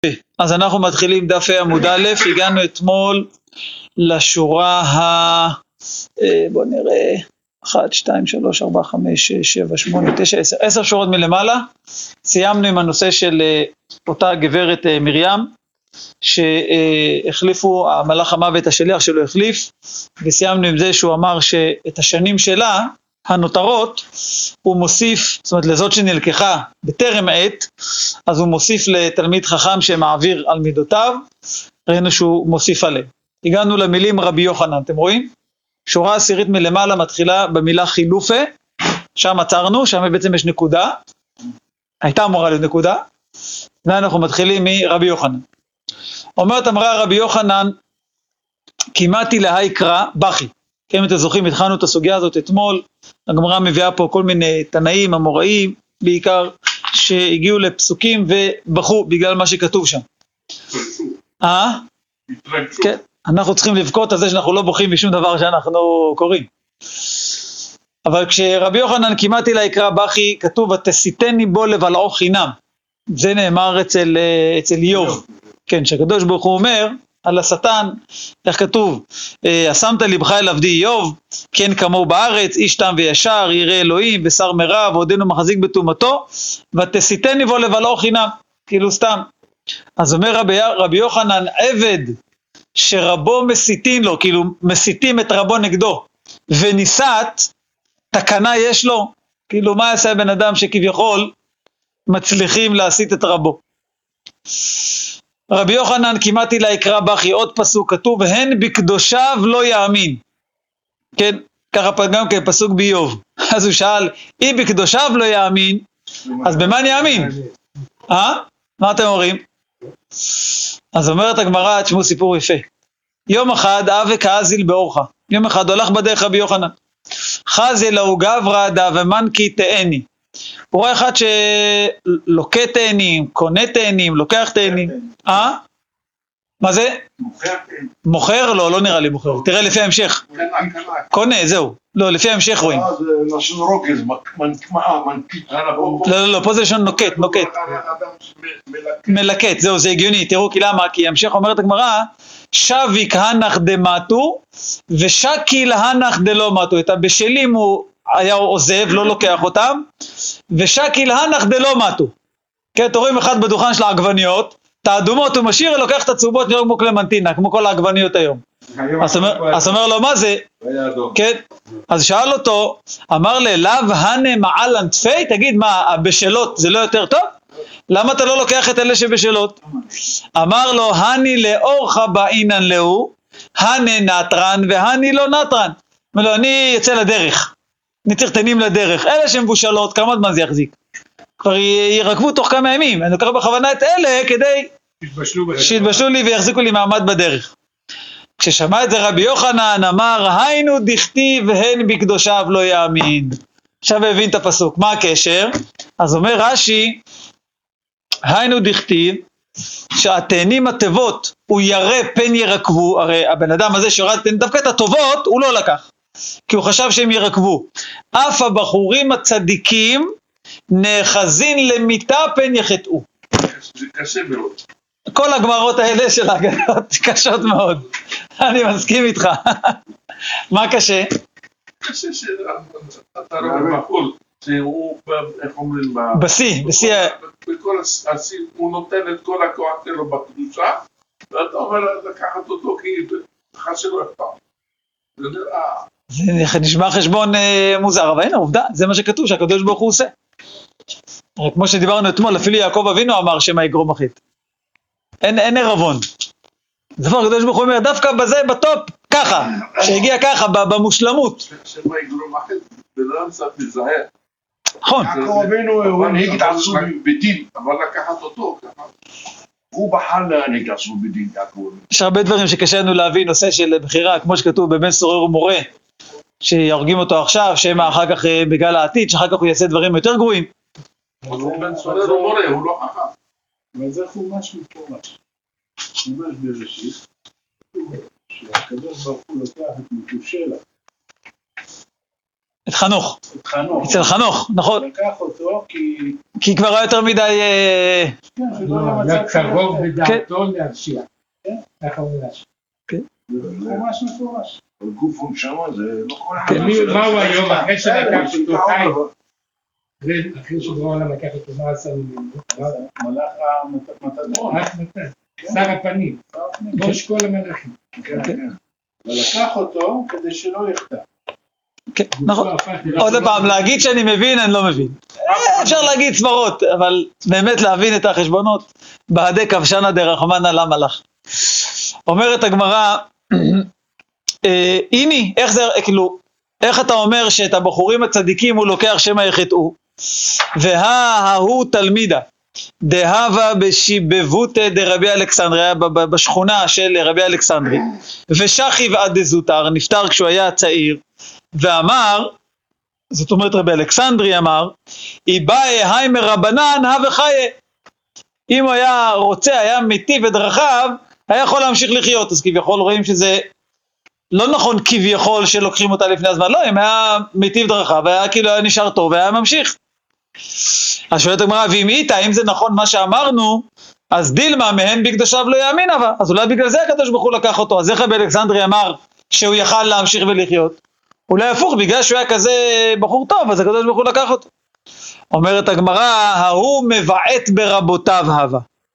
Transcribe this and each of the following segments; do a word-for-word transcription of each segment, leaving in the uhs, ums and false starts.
אז אנחנו מתחילים דף עמוד א', הגענו אתמול לשורה ה... בוא נראה, אחת, שתיים, שלוש, ארבע, חמש, שש, שבע, שמונה, תשע, עשר, עשר שורות מלמעלה. סיימנו עם הנושא של אותה גברת מרים, שהחליפו, המלאך המוות השליח שלו החליף, וסיימנו עם זה שהוא אמר שאת השנים שלה, הנותרות, הוא מוסיף, זאת אומרת לזאת שנלקחה בטרם עת, אז הוא מוסיף לתלמיד חכם שמעביר על מידותיו, ראינו שהוא מוסיף עליהם. הגענו למילים רבי יוחנן, אתם רואים? שורה עשירית מלמעלה מתחילה במילה חילופה, שם עצרנו, שם בעצם יש נקודה, הייתה אמורה להיות נקודה, ואנחנו מתחילים מרבי יוחנן. אומרת אמרה רבי יוחנן, כימתי להי קרא בכי. כן, אם אתם זוכרים, התחלנו את הסוגיה הזאת אתמול, הגמרא מביאה פה כל מיני תנאים, אמוראים, בעיקר שהגיעו לפסוקים ובכו בגלל מה שכתוב שם. אה? כן, אנחנו צריכים לבכות על זה שאנחנו לא בוכים משום דבר שאנחנו קוראים. אבל כשרבי יוחנן כימתי לה יקרא בכי, כתוב, ותסיתני בו לבלעו חינם. זה נאמר אצל, אצל איוב. כן, שהקדוש ברוך הוא אומר על השטן, איך כתוב, אשמת לבך אל עבדי איוב, כן כמוהו בארץ, איש תם וישר, ירא אלוהים, בשר מרע, ועודנו מחזיק בטומאתו, ותסיתני בו לבלעו חינם, כאילו סתם. אז אומר רבי, רבי יוחנן, עבד שרבו מסיתין לו, כאילו מסיתים את רבו נגדו, וניסת, תקנה יש לו, כאילו מה יעשה בן אדם שכביכול מצליחים להסית את רבו. רבי יוחנן כימתי לה יקרא בכי, עוד פסוק כתוב, הן בקדושיו לא יאמין. כן, ככה גם כן פסוק באיוב. אז הוא שאל, אם בקדושיו לא יאמין, אז במה אני יאמין? אה? מה אתם אומרים? אז אומרת הגמרא, תשמעו סיפור יפה. יום אחד אבי כאזיל באורחה. יום אחד הולך בדרך רבי יוחנן. חזי לאו גברא דה ומנקי תאני. הוא רואה אחד שלוקה תאנים, קונה תאנים, לוקח תאנים. אה? מה זה? מוכר תאנים. מוכר? לא, לא נראה לי מוכר. תראה לפי ההמשך. קונה, זהו. לא, לפי ההמשך רואים. אה, זה לשון רוגז, מנקמאה, מנקית. לא, לא, לא, פה זה לשון נוקט, נוקט. מלקט, זהו, זה הגיוני. תראו כי למה? כי ההמשך אומרת הגמרא, שוויק הנח דמתו, ושקיל הנח דלא מתו. את הבשלים הוא היה עוזב, לא לוקח אותם, ושקיל הנח דלא מתו. כן, אתם רואים אחד בדוכן של העגבניות, את האדומות הוא משאיר, לוקח את הצהובות נראה כמו קלמנטינה, כמו כל העגבניות היום. אז אומר לו, מה זה? כן, אז שאל אותו, אמר לי, לאו הנה מעלן תפי, תגיד, מה, הבשלות זה לא יותר טוב? למה אתה לא לוקח את אלה שבשלות? אמר לו, הני לאורך באינן לאו, הנה נטרן והני לא נטרן. אומר לו, אני יצא לדרך, אני צריך תנים לדרך, אלה שמבושלות, כמה זמן זה יחזיק? כבר ירקבו תוך כמה ימים, אני לוקח בכוונה את אלה כדי שיתבשלו לי ויחזיקו לי מעמד בדרך. כששמע את זה רבי יוחנן אמר, היינו דכתיב והן בקדושיו לא יאמין. עכשיו הבין את הפסוק, מה הקשר? אז אומר רש"י, היינו דכתיב, שהתאנים הטובות הוא ירא פן ירקבו, הרי הבן אדם הזה שירד דווקא את הטובות הוא לא לקח, כי הוא חשב שהם ירקבו. אף הבחורים הצדיקים נאחזין למיטה פן יחטאו. זה קשה מאוד. כל הגמרות האלה של ההגנות קשות מאוד. אני מסכים איתך. מה קשה? קשה שאתה רואה בחול, שהוא, איך אומרים, בסי, בסי. בכל הסי, הוא נותן את כל הכוח שלו בקדושה, ואתה אומר לקחת אותו כי חסר לו אף פעם. זה נראה... זה נשמע חשבון מוזר, אבל הנה עובדה, זה מה שכתוב שהקדוש ברוך הוא עושה. כמו שדיברנו אתמול, אפילו יעקב אבינו אמר שמה יגרום החטא. אין, אין ערבון. דבר הקדוש ברוך הוא אומר, דווקא בזה, בטופ, ככה, שהגיע ככה, במושלמות. שמה יגרום החטא, בלעם קצת מזהר. נכון. יעקב אבינו, הוא הנהיג את עצמו בדין, אבל לקחת אותו ככה. הוא בחר להנהיג את עצמו בדין, יעקב אבינו. יש הרבה דברים שקשה לנו להבין, נושא של בחירה, כמו שכתוב בבן סורר ומורה, שיהרגים אותו עכשיו, שמה אחר כך בגלל העתיד, שאחר כך הוא יעשה דברים יותר גרועים. בן סורר ומורה, הוא לא חכם. אבל זה חומש מפורש. חומש בראשית, שהקדוש ברוך הוא לוקח את מתושלה. את חנוך. את חנוך. אצל חנוך, נכון. לקח אותו כי... כי כבר היה יותר מדי... אה, כן, שלא לא, היה זה מצב קרוב כזה. בדעתו להרשיע. כן. ככה הוא להרשיע. זה ממש מפורש. גוף ונשמה זה לא כל אחד. מי- מה הוא היום, אחרי שלקח אותו חי, אבל- אחרי שבורא העולם לקח אותו, מה עשה לו? מלאך המתדון. רק נתן, שר הפנים, ראש כל המלאכים. כן, כן. ולקח אותו כדי שלא יחטא. כן, נכון. הוא הפך להיות- עוד פעם, להגיד שאני מבין, אני לא מבין. אה, אפשר להגיד סברות, אבל באמת להבין את החשבונות, בהדי כבשנה דרחמנא למה לך. אומרת הגמרא, אה, הנה, איך זה, כאילו, איך אתה אומר שאת הבחורים הצדיקים הוא לוקח שמא יחטאו, וההוא תלמידה, דהבה בשיבבותא דרבי אלכסנדריה, ב- ב- בשכונה של רבי אלכסנדרי, ושכיב עד דזוטר, נפטר כשהוא היה צעיר, ואמר, זאת אומרת רבי אלכסנדרי אמר, איבאי היימר רבנן הווה חיה. אם הוא היה רוצה, היה מיטיב את דרכיו, היה יכול להמשיך לחיות. אז כביכול רואים שזה לא נכון כביכול שלוקחים אותה לפני הזמן, לא, אם היה מיטיב דרכיו, היה כאילו היה נשאר טוב, והיה ממשיך. אז שואלת הגמרא, ואם איתה, אם זה נכון מה שאמרנו, אז דילמה מהן בקדושיו לא יאמין אבל, אז אולי בגלל זה הקדוש ברוך הוא לקח אותו. אז איך רבי אלכסנדרי אמר שהוא יכל להמשיך ולחיות? אולי הפוך, בגלל שהוא היה כזה בחור טוב, אז הקדוש ברוך הוא לקח אותו. אומרת הגמרא, ההוא מבעט ברבותיו הווה.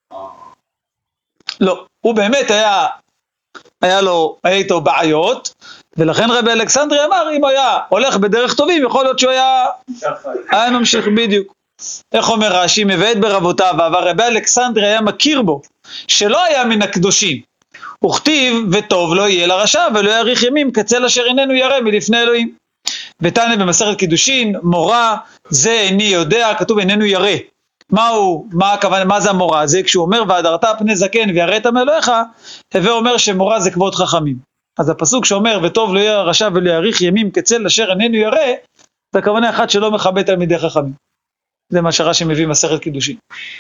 לא, הוא באמת היה, היה לו, היה איתו בעיות, ולכן רבי אלכסנדרי אמר, אם הוא היה הולך בדרך טובים, יכול להיות שהוא היה, היה ממשיך בדיוק. איך אומר רש"י, מבעט ברבותיו הווה, רבי אלכסנדרי היה מכיר בו, שלא היה מן הקדושים. וכתיב וטוב לא יהיה לרשע ולא יאריך ימים כצל אשר איננו ירא מלפני אלוהים. ותנא במסכת קידושין, מורה זה איני יודע, כתוב איננו ירא. מהו, מה הכוונה, מה זה המורה? זה כשהוא אומר והדרת פני זקן ויראת מאלוהיך, הווה אומר שמורה זה כבוד חכמים. אז הפסוק שאומר וטוב לא יהיה לרשע ולא יאריך ימים כצל אשר איננו ירא, זה הכוונה אחת שלא מכבד תלמידי חכמים. זה מה שרש"י מביא מסכת קידושין.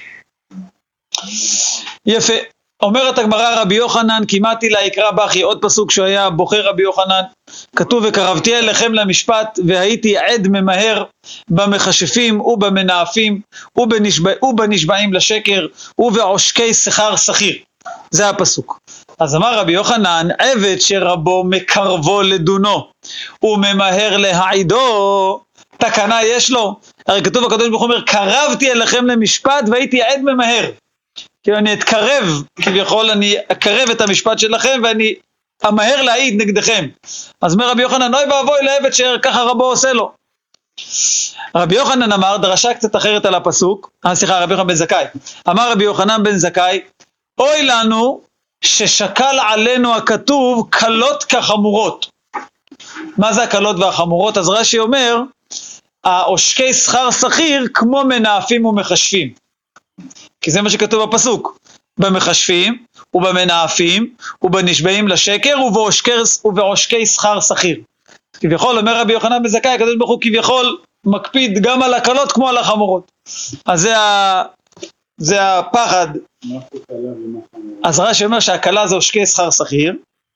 יפה. אומרת הגמרא רבי יוחנן, כימתי לה יקרא בכי, עוד פסוק שהוא היה בוחר רבי יוחנן, כתוב וקרבתי אליכם למשפט והייתי עד ממהר במכשפים ובמנאפים ובנשבע, ובנשבעים לשקר ובעושקי שכר שכיר. זה הפסוק. אז אמר רבי יוחנן, עבד שרבו מקרבו לדונו וממהר להעידו, תקנה יש לו. הרי כתוב הקדוש ברוך הוא אומר, קרבתי אליכם למשפט והייתי עד ממהר. כאילו אני אתקרב, כביכול אני אקרב את המשפט שלכם ואני אמהר להעיד נגדכם. אז אומר רבי יוחנן, אוי ואבוי לעבד שככה רבו עושה לו. רבי יוחנן אמר, דרשה קצת אחרת על הפסוק, אה סליחה, רבי יוחנן בן זכאי, אמר רבי יוחנן בן זכאי, אוי לנו ששקל עלינו הכתוב קלות כחמורות. מה זה הקלות והחמורות? אז רש"י אומר, העושקי שכר שכיר כמו מנאפים ומחשפים. כי זה מה שכתוב בפסוק, במחשפים ובמנאפים ובנשבעים לשקר ובעושקי שכר שכיר. כביכול אומר רבי יוחנן בן זכאי, הקדוש ברוך הוא כביכול מקפיד גם על הקלות כמו על החמורות. אז זה, ה... זה הפחד. אז רש"י אומר שהקלה זה עושקי שכר שכיר,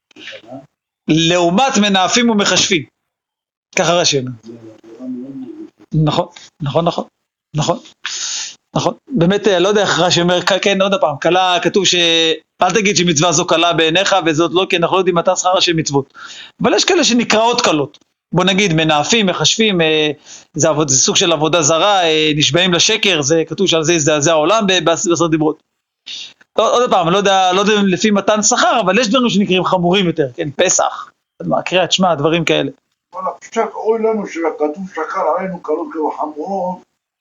לעומת מנאפים ומחשפים. ככה רש"י אומר. נכון, נכון, נכון, נכון. נכון, באמת לא יודע איך רש"י אומר, כן עוד פעם, קלה, כתוב ש... אל תגיד שמצווה זו קלה בעיניך וזאת לא, כי אנחנו לא יודעים מתי שכרה של מצוות. אבל יש כאלה שנקראות קלות. בוא נגיד, מנאפים, מחשבים, זה, עבוד, זה סוג של עבודה זרה, נשבעים לשקר, זה כתוב שעל זה יזדעזע העולם בעשר דיברות. עוד, עוד פעם, לא יודע, לא יודע לפי מתן שכר, אבל יש דברים שנקראים חמורים יותר, כן, פסח, קריאת שמע, דברים כאלה. אבל הפשט, אוי לנו שכתוב שקל עלינו קלות וחמורות,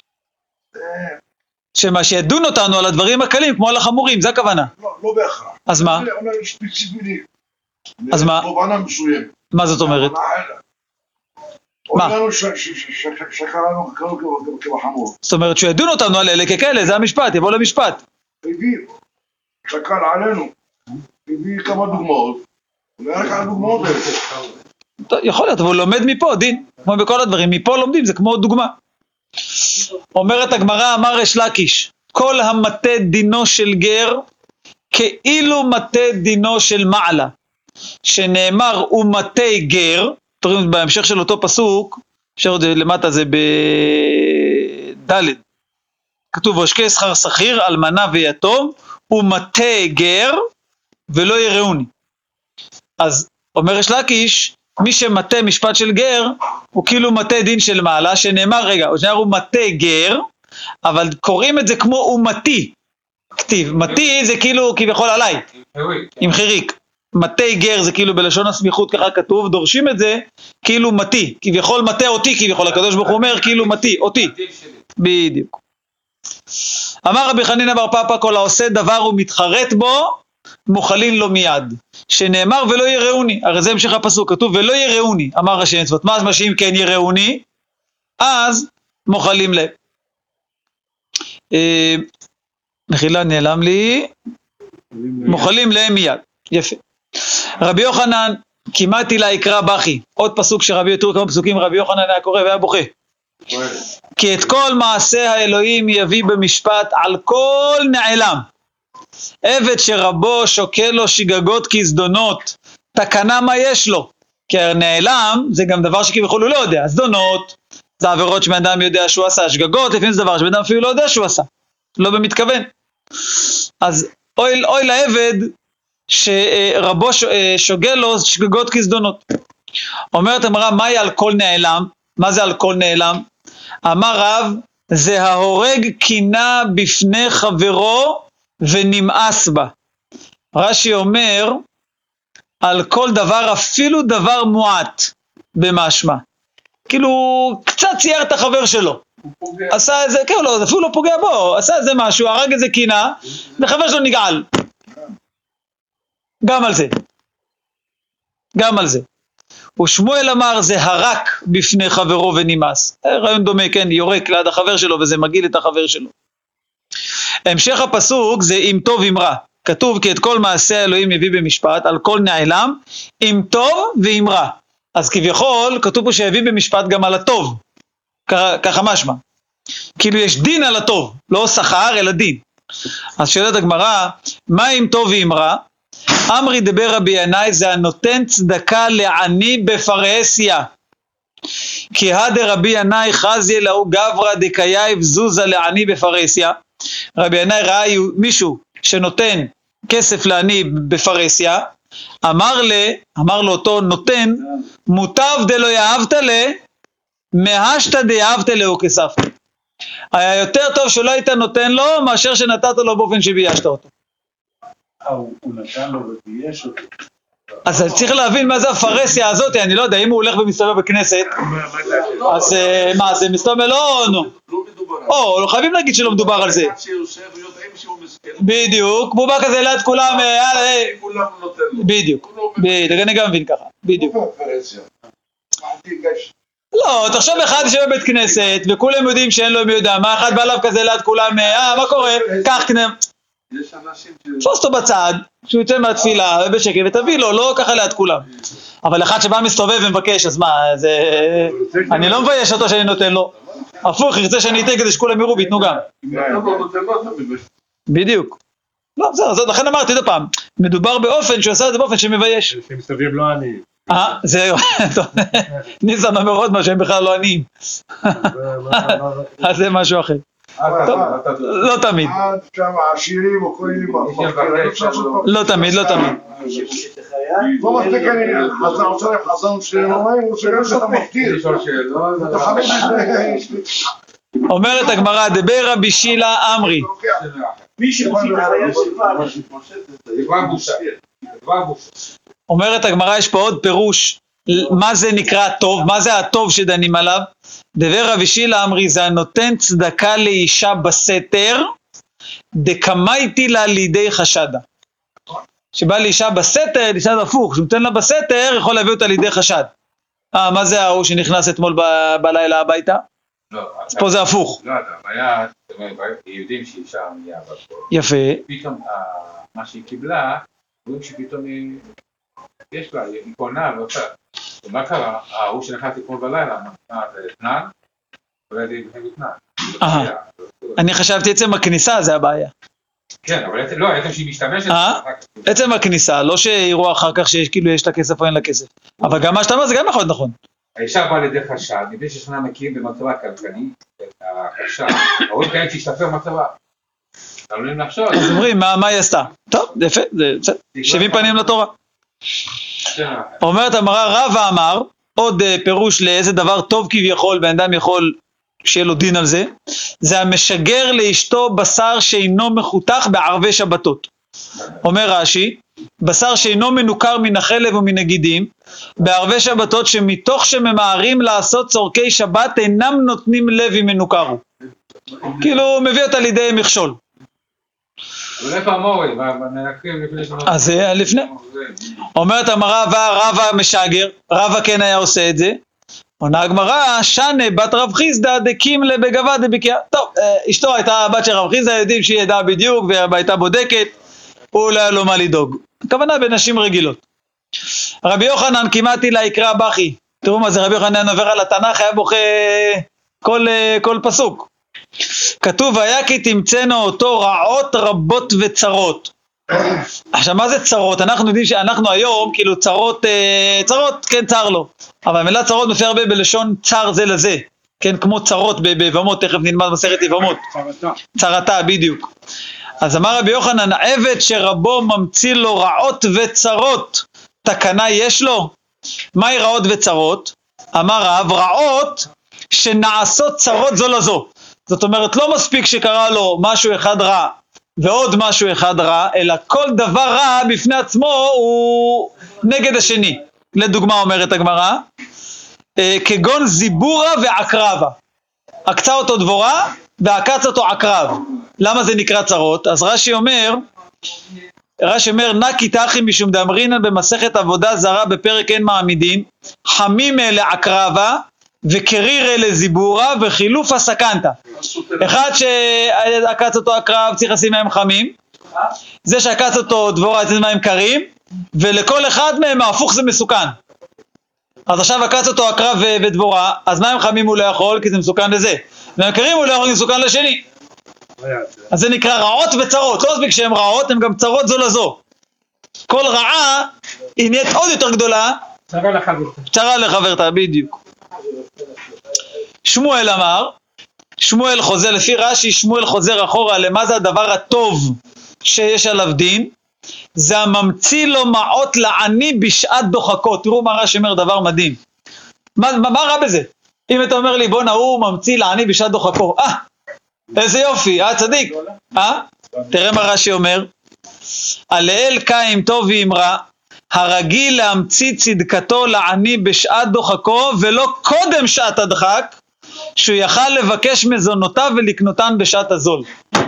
שמה שידון אותנו על הדברים הקלים כמו על החמורים, זה הכוונה. לא, לא בהכרח. אז מה? זה אומר ספציפי. אז מה? תובנה מסוימת. מה זאת אומרת? מה? אוי לנו שקל עלינו קלות וחמורות. זאת אומרת שהוא ידון אותנו על אלה ככאלה, זה המשפט, יבוא למשפט. הביא, שקל עלינו, הביא כמה דוגמאות, ולכן הדוגמאות האלה. יכול להיות, אבל הוא לומד מפה, דין, כמו בכל הדברים, מפה לומדים, זה כמו דוגמה. אומרת הגמרא, אמר ריש לקיש, כל המטה דינו של גר, כאילו מטה דינו של מעלה, שנאמר ומטה גר, תראו בהמשך של אותו פסוק, אפשר עוד למטה זה בד' כתוב ושקי שכר שכיר, אלמנה ויתום, ומטה גר, ולא יראוני. אז אומר יש לקיש, מי שמטה משפט של גר, הוא כאילו מטה דין של מעלה, שנאמר, רגע, הוא מטה גר, אבל קוראים את זה כמו אומתי, כתיב, מתי זה כאילו כביכול עליי, עם חיריק, מטה גר זה כאילו בלשון הסמיכות ככה כתוב, דורשים את זה כאילו מתי, כביכול מטה אותי, כביכול הקדוש ברוך הוא אומר כאילו מתי, אותי, בדיוק. אמר רבי חנינא בר פפא, כל העושה דבר ומתחרט בו, מוחלין לו מיד, שנאמר ולא יראוני, הרי זה המשך הפסוק, כתוב ולא יראוני, אמר ראשי מצוות, מה מה שאם כן יראוני, אז מוחלים להם. אה, מחילה נעלם לי, מוחלים להם מיד, יפה. רבי יוחנן, כמעט לה יקרא בכי, עוד פסוק שרבי יותר כמה פסוקים, רבי יוחנן היה קורא והיה בוכה. כי את כל מעשה האלוהים יביא במשפט על כל נעלם. עבד שרבו שוקל לו שגגות כזדונות, תקנה מה יש לו? כי נעלם זה גם דבר שכביכול הוא לא יודע, זדונות, זה עבירות שבן אדם יודע שהוא עשה, שגגות לפעמים זה דבר שבן אדם אפילו לא יודע שהוא עשה, לא במתכוון. אז אוי, אוי לעבד שרבו שוגל לו שגגות כזדונות. אומרת אמרה, מהי על כל נעלם? מה זה על כל נעלם? אמר רב, זה ההורג קינה בפני חברו ונמאס בה. רש"י אומר, על כל דבר, אפילו דבר מועט במשמע. כאילו, קצת צייר את החבר שלו. עשה איזה, כן, לא, אפילו לא פוגע בו, עשה איזה משהו, הרג איזה קינה, וחבר שלו נגעל. גם על זה. גם על זה. ושמואל אמר, זה הרק בפני חברו ונמאס. רעיון דומה, כן, יורק ליד החבר שלו, וזה מגיל את החבר שלו. המשך הפסוק זה אם טוב אם רע. כתוב כי את כל מעשה האלוהים יביא במשפט, על כל נעלם, אם טוב ואם רע. אז כביכול, כתוב פה שיביא במשפט גם על הטוב. ככה משמע. כאילו יש דין על הטוב, לא שכר אלא דין. אז שאלת הגמרא, מה אם טוב ואם רע? אמרי דבר רבי ינאי, זה הנותן צדקה לעני בפרהסיה. כי הדר רבי ינאי חזי לאו גברא דקייב זוזה לעני בפרהסיה. רבי ינאי ראה מישהו שנותן כסף לעני בפרהסיה, אמר לי, אמר לו אותו נותן, מוטב דלא יאהבת לי, מהשת דאהבת לו כספת. היה יותר טוב שלא היית נותן לו, מאשר שנתת לו באופן שביישת אותו. הוא נתן לו ובייש אותו. אז צריך להבין מה זה הפרהסיה הזאת, אני לא יודע, אם הוא הולך ומסתובב בכנסת, אז מה, זה מסתובב, לא, נו. או, לא חייבים להגיד שלא מדובר על זה. בדיוק, הוא בא כזה ליד כולם, בדיוק, בדיוק, אני גם מבין ככה, בדיוק. לא, תחשוב אחד שבבית כנסת, וכולם יודעים שאין לו מי יודע, מה אחד בא עליו כזה ליד כולם, אה, מה קורה? קח קנה. יש אנשים ש... תפוס אותו בצד, כשהוא יוצא מהתפילה, בשקט, ותביא לו, לא ככה ליד כולם. אבל אחד שבא מסתובב ומבקש, אז מה, זה... אני לא מבייש אותו שאני נותן לו. הפוך, ירצה שאני אתן כדי שכולם יראו ויתנו גם. בדיוק. לא, בסדר, זאת, לכן אמרתי עוד פעם, מדובר באופן שהוא עשה את זה באופן שמבייש. שמסתובב לא עני. אה, זהו, ניסן אומר עוד מה שהם בכלל לא עניים. אז זה משהו אחר. לא תמיד. העשירים או כל מיני לא תמיד, לא תמיד. לא מספיק אני, אז אני רוצה לחזון שלנו, הוא שגם שאתה מפתיר. אתה חמש אומרת הגמרא, דבר רבי שילה אמרי. מי שמפתיר החיה שלך. אומרת הגמרא, יש פה עוד פירוש, מה זה נקרא טוב, מה זה הטוב שדנים עליו? דבר רבי שילה אמרי, זה הנותן צדקה לאישה בסתר, דקמייתי לה לידי חשדה. שבא לאישה בסתר, לאישה זה הפוך, שנותן לה בסתר, יכול להביא אותה לידי חשד. אה, מה זה ההוא שנכנס אתמול ב- בלילה הביתה? לא. אז פה זה הפוך. לא, הבעיה, יודעים שאישה ענייה, יפה. פתאום מה שהיא קיבלה, רואים שפתאום היא, יש לה, היא קונה ועושה. ומה קרה? ההוא שנכנס אתמול בלילה, מה זה תנן? וזה תנן. אני חשבתי עצם הכניסה זה הבעיה. כן, אבל לא, עצם שהיא משתמשת. עצם הכניסה, לא שיראו אחר כך שכאילו יש לה כסף או אין לה כסף. אבל גם מה שאתה אומר זה גם יכול להיות נכון. האישה באה לידי חשד, מפני ששנה מכירים במצבה הכלכלית, את הקשה, ההורים כעת שהשתפר מצבה. עלולים לחשוב. אז אומרים, מה היא עשתה? טוב, יפה, זה שבעים פנים לתורה. אומרת המראה, רבא אמר, עוד פירוש לאיזה דבר טוב כביכול, בן אדם יכול שיהיה לו דין על זה, זה המשגר לאשתו בשר שאינו מחותך בערבי שבתות. אומר רש"י, בשר שאינו מנוכר מן החלב ומן הגידים, בערבי שבתות שמתוך שממהרים לעשות צורכי שבת אינם נותנים לב אם מנוכר הוא. כאילו הוא מביא אותה לידי מכשול. אבל איפה המורי? מנקרים לפני שנות... אז זה לפני. אומרת המראה, רבא משגר, רבא כן היה עושה את זה. עונה הגמרא, שנה בת רב חיסדא דקים לבגבה דבקיעה. טוב, אשתו הייתה בת של רב חיסדא, יודעים שהיא ידעה בדיוק והייתה בודקת, הוא לא היה לו מה לדאוג. הכוונה בנשים רגילות. רבי יוחנן כמעט לה יקרא בכי. תראו מה זה, רבי יוחנן עובר על התנ"ך, היה בוכה כל, כל פסוק. כתוב, היה כי תמצאנו אותו רעות רבות וצרות. עכשיו מה זה צרות? אנחנו יודעים שאנחנו היום כאילו צרות, צרות כן צר לו, אבל המילה צרות מופיע הרבה בלשון צר זה לזה, כן, כמו צרות ביבמות, תכף נלמד מסכת יבמות, צרתה, צרתה בדיוק. אז אמר רבי יוחנן, עבד שרבו ממציא לו רעות וצרות, תקנה יש לו? מהי רעות וצרות? אמר רב, רעות שנעשות צרות זו לזו. זאת אומרת, לא מספיק שקרה לו משהו אחד רע ועוד משהו אחד רע, אלא כל דבר רע בפני עצמו הוא נגד השני. לדוגמה אומרת הגמרא, כגון זיבורה ועקרבה. עקצה אותו דבורה ועקץ אותו עקרב. למה זה נקרא צרות? אז רש"י אומר, רש"י אומר, נקי תחי משום דאמרינן במסכת עבודה זרה בפרק אין מעמידין, חמימה לעקרבה וקרירה לזיבורה וחילוף הסקנטה. אחד שעקץ אותו עקרב צריך לשים מים חמים, זה שעקץ אותו דבורה צריך מים קרים, ולכל אחד מהם ההפוך זה מסוכן. אז עכשיו עקץ אותו עקרב ודבורה, אז מים חמים הוא לא יכול כי זה מסוכן לזה, מים קרים הוא לא יכול כי זה מסוכן לשני. אז זה נקרא רעות וצרות, לא מספיק שהן רעות, הן גם צרות זו לזו. כל רעה היא נהיית עוד יותר גדולה, צרה לחברתה. צרה לחברתה, בדיוק. שמואל אמר, שמואל חוזר, לפי רש"י שמואל חוזר אחורה, למה זה הדבר הטוב שיש עליו דין? זה הממציא לו מעות לעני בשעת דוחקות. תראו מה רש"י אומר, דבר מדהים. מה, מה, מה רע בזה? אם אתה אומר לי, בוא נאו ממציא לעני בשעת דוחקו, אה, איזה יופי, אה צדיק, אה? תראה מה רש"י אומר, עליאל קיים טוב ואמרה, הרגיל להמציא צדקתו לעני בשעת דוחקו, ולא קודם שעת הדחק, שהוא יכל לבקש מזונותיו ולקנותן בשעת הזול.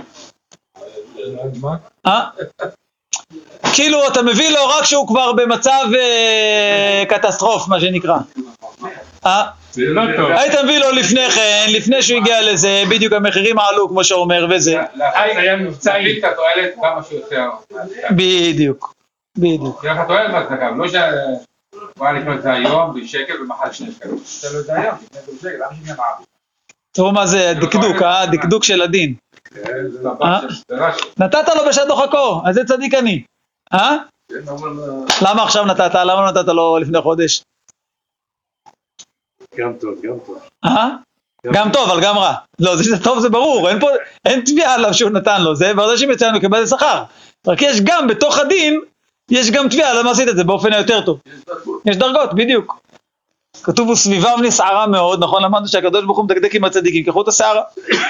אה? כאילו אתה מביא לו רק שהוא כבר במצב אה, קטסטרוף, מה שנקרא. אה? היית מביא לו לפני כן, לפני שהוא הגיע לזה, בדיוק המחירים עלו כמו שאומר וזה. היה מבצעי את התועלת כמה שיותר. בדיוק, בדיוק. כי לך תועלת מהצדקה, לא שהוא היה לקנות את זה היום בשקל ומחל שני שקל. אתה לא יודע היום, תקנה את זה בשקל, למה שני מעבי? תראו מה זה דקדוק, אה? דקדוק של הדין. נתת לו בשעת דוחקו, אז זה צדיק אני. אה? למה עכשיו נתת? למה נתת לו לפני חודש? גם טוב, גם טוב. אה? גם טוב, אבל גם רע. לא, זה טוב, זה ברור, אין פה, אין תביעה עליו שהוא נתן לו, זה ברדה שמציינו מקבל שכר. רק יש גם, בתוך הדין, יש גם תביעה, למה עשית את זה באופן היותר טוב? יש דרגות, בדיוק. כתוב הוא סביבם נסערה מאוד, נכון? למדנו שהקדוש ברוך הוא מדקדק עם הצדיקים, קחו את השערה.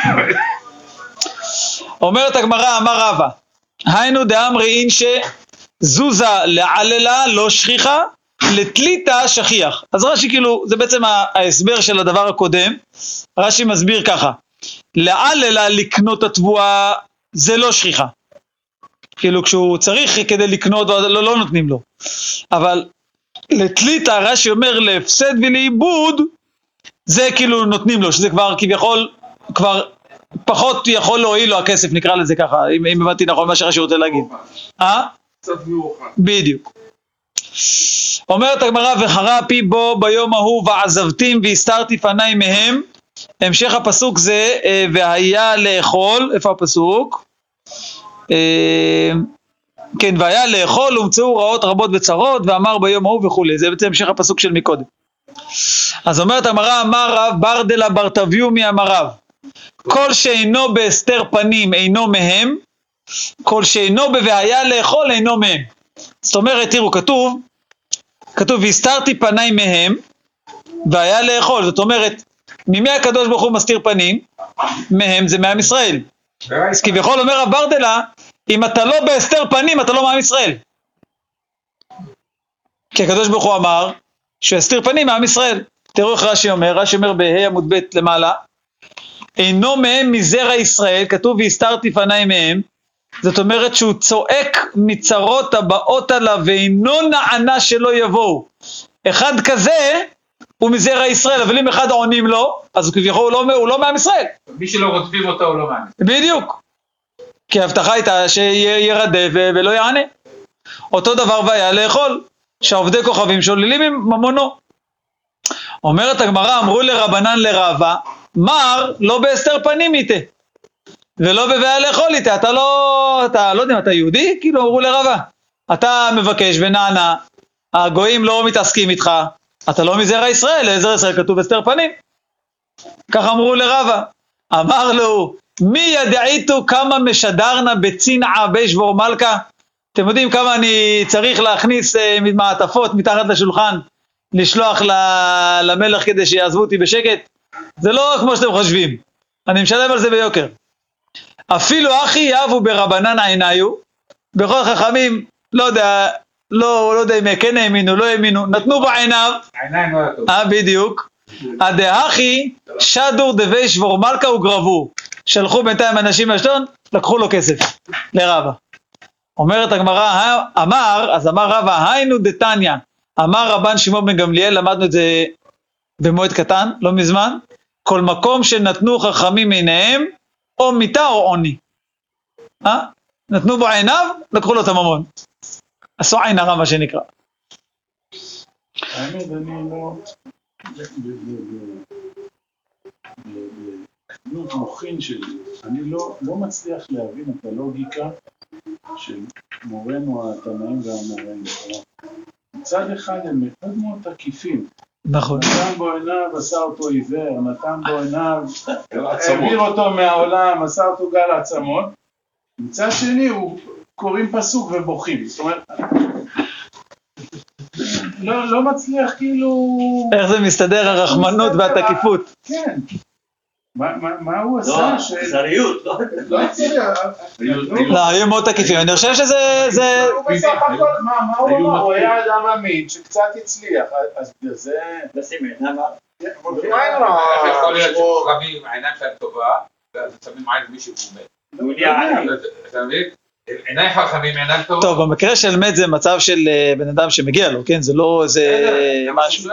אומרת הגמרא, אמר רבא, היינו דאמרי אין שזוזה לעללה לא שכיחה, לתליטה שכיח. אז רש"י כאילו, זה בעצם ההסבר של הדבר הקודם, רש"י מסביר ככה, לעללה לקנות התבואה זה לא שכיחה. כאילו כשהוא צריך כדי לקנות, לא, לא נותנים לו. אבל לתליטה, רש"י אומר להפסד ולאיבוד, זה כאילו נותנים לו, שזה כבר כביכול, כבר פחות יכול להועיל לו הכסף, נקרא לזה ככה, אם, אם הבנתי נכון מה שרש"י רוצה להגיד. אה? קצת מאוחר. בדיוק. אומרת הגמרא, וחרה פי בו ביום ההוא ועזבתים והסתרתי פניי מהם. המשך הפסוק זה, והיה לאכול, איפה הפסוק? כן, והיה לאכול, ומצאו רעות רבות וצרות, ואמר ביום ההוא וכו'. זה בעצם המשך הפסוק של מקודם. אז אומרת המראה, אמר רב ברדלה ברטביומי אמר רב, כל שאינו בהסתר פנים אינו מהם, כל שאינו בבעיה לאכול אינו מהם. זאת אומרת, תראו, כתוב, כתוב, והסתרתי פניי מהם, והיה לאכול. זאת אומרת, ממי הקדוש ברוך הוא מסתיר פנים? מהם זה מעם ישראל. אז כביכול אומר רב ברדלה, אם אתה לא בהסתר פנים, אתה לא מעם ישראל. כי הקדוש ברוך הוא אמר, שהוא הסתיר פנים מעם ישראל. תראו איך רש"י אומר, רש"י אומר בה' עמוד ב' למעלה, אינו מהם מזרע ישראל, כתוב והסתרתי פניי מהם, זאת אומרת שהוא צועק מצרות הבאות עליו, ואינו נענה שלא יבואו. אחד כזה הוא מזרע ישראל, אבל אם אחד עונים לו, אז הוא כביכול הוא לא, הוא לא מעם ישראל. מי שלא רודפים אותו הוא לא מעם. בדיוק. כי ההבטחה הייתה שירדה ולא יענה. אותו דבר והיה לאכול, שעובדי כוכבים שוללים ממונו. אומרת הגמרא, אמרו לרבנן לרבה, מר לא בהסתר פנים איתה, ולא בבעיה לאכול איתה, אתה לא, אתה לא יודע, אתה יהודי? כאילו אמרו לרבה, אתה מבקש ונענה, הגויים לא מתעסקים איתך, אתה לא מזרע ישראל, לזרע ישראל כתוב הסתר פנים. כך אמרו לרבה, אמר לו, מי ידעיתו כמה משדרנה בצנעה בישבור מלכה? אתם יודעים כמה אני צריך להכניס מעטפות מתחת לשולחן, לשלוח למלך כדי שיעזבו אותי בשקט? זה לא כמו שאתם חושבים, אני משלם על זה ביוקר. אפילו אחי יאבו ברבנן עיניו, בכל חכמים, לא יודע, לא, לא יודע אם כן האמינו, לא האמינו, נתנו בעיניו, העיניים לא היה טוב. אה, בדיוק, הדאחי שדור דבי שבור מלכה וגרבו, שלחו בינתיים אנשים מאשדוד, לקחו לו כסף, לרבה. אומרת הגמרא, אמר, אז אמר רבה, היינו דתניא, אמר רבן שמעון בן גמליאל, למדנו את זה במועד קטן, לא מזמן, כל מקום שנתנו חכמים עיניהם, או מיטה או עוני. אה? נתנו בו עיניו, לקחו לו את הממון. עשו עין הרע מה שנקרא. האמת, אני לא... בקנות מוחין שלי, אני לא מצליח להבין את הלוגיקה של מורנו התנאים והמוראים. מצד אחד הם מאוד מאוד תקיפים. נכון. נתן בו עיניו, עשה אותו עיוור, נתן בו עיניו, העביר אותו מהעולם, עשה אותו גל עצמות. מצד שני, הוא קוראים פסוק ובוכים. זאת אומרת, לא, לא מצליח כאילו... איך זה מסתדר הרחמנות והתקיפות? כן. מה, מה, מה הוא עשה? אכזריות, לא? לא אכזריות. לא, היו מאוד תקיפים, אני חושב שזה... הוא בסך הכל, מה הוא אמר? הוא היה אדם עמית שקצת הצליח, אז זה... לשים עיניים. יכול להיות שחכמים, העיניים שלהם טובה, ואז שמים עין מישהו והוא מת. אתה מבין? עיניים חכמים, עיניים טובה. טוב, במקרה של מת זה מצב של בן אדם שמגיע לו, כן? זה לא איזה משהו.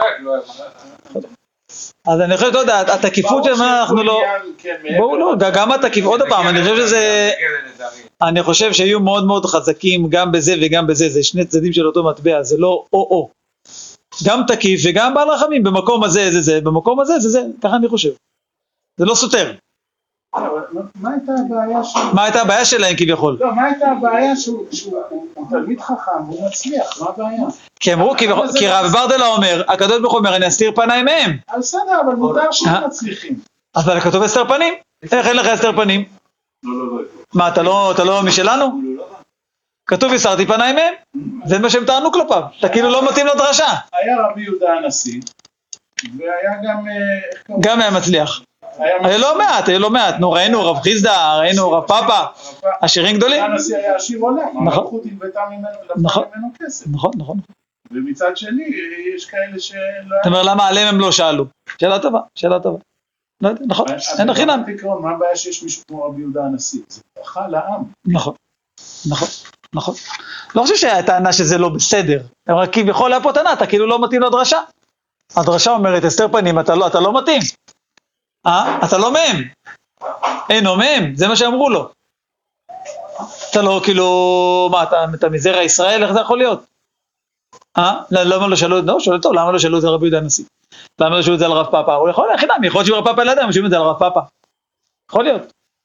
אז אני חושב, אתה יודע, התקיפות של מה אנחנו לא... בואו לא, גם התקיפות, עוד פעם, אני חושב שזה... אני חושב שהיו מאוד מאוד חזקים גם בזה וגם בזה, זה שני צדדים של אותו מטבע, זה לא או-או. גם תקיף וגם בעל רחמים, במקום הזה זה זה, במקום הזה זה זה, ככה אני חושב. זה לא סותר. מה הייתה הבעיה שלהם? מה הייתה הבעיה שלהם כביכול? לא, מה הייתה הבעיה שהוא תלמיד חכם, הוא מצליח, מה הבעיה? כי אמרו, כי רב ברדלה אומר, הקדוש ברוך הוא אומר, אני אסתיר פניי מהם. אז בסדר, אבל מותר שהם מצליחים. אבל כתוב הסתר פנים? איך אין לך הסתר פנים? לא, לא, לא. מה, אתה לא משלנו? כתוב הסתרתי פניי מהם, זה מה שהם טענו כלפיו, אתה כאילו לא מתאים לו דרשה. היה רבי יהודה הנשיא, והיה גם... גם היה מצליח. היה לא מעט, היה לא מעט, נו ראינו רב חיסדא, ראינו רב פאפה, עשירים גדולים. הנשיא היה עשיר עולם, המלכות הלוותה ממנו כסף. נכון, נכון. ומצד שני, יש כאלה שלא... זאת אומרת, למה עליהם הם לא שאלו? שאלה טובה, שאלה טובה. לא יודע, נכון, אין החינם. מה הבעיה שיש מישהו כמו רבי יהודה הנשיא? זה ברכה לעם. נכון, נכון, נכון. לא חושב שהיה טענה שזה לא בסדר, רק כביכול היה פה טענה, אתה כאילו לא מתאים לדרשה. הדרשה אומרת, הסתר פנים, אתה לא, אתה לא מתאים. אה? אתה לא מהם. אינו מהם, זה מה שאמרו לו. אתה לא, כאילו, מה, אתה, אתה מזרע ישראל, איך זה יכול להיות? אה? למה לא שאלו את זה? לא, שואל טוב, למה לא שאלו את זה על רבי יהודה הנשיא? למה לא שאלו את זה על רב פאפה? הוא יכול להכין, יכול להיות שהוא רב פאפה לידם, הוא שואלים את זה על רב פאפה. יכול להיות.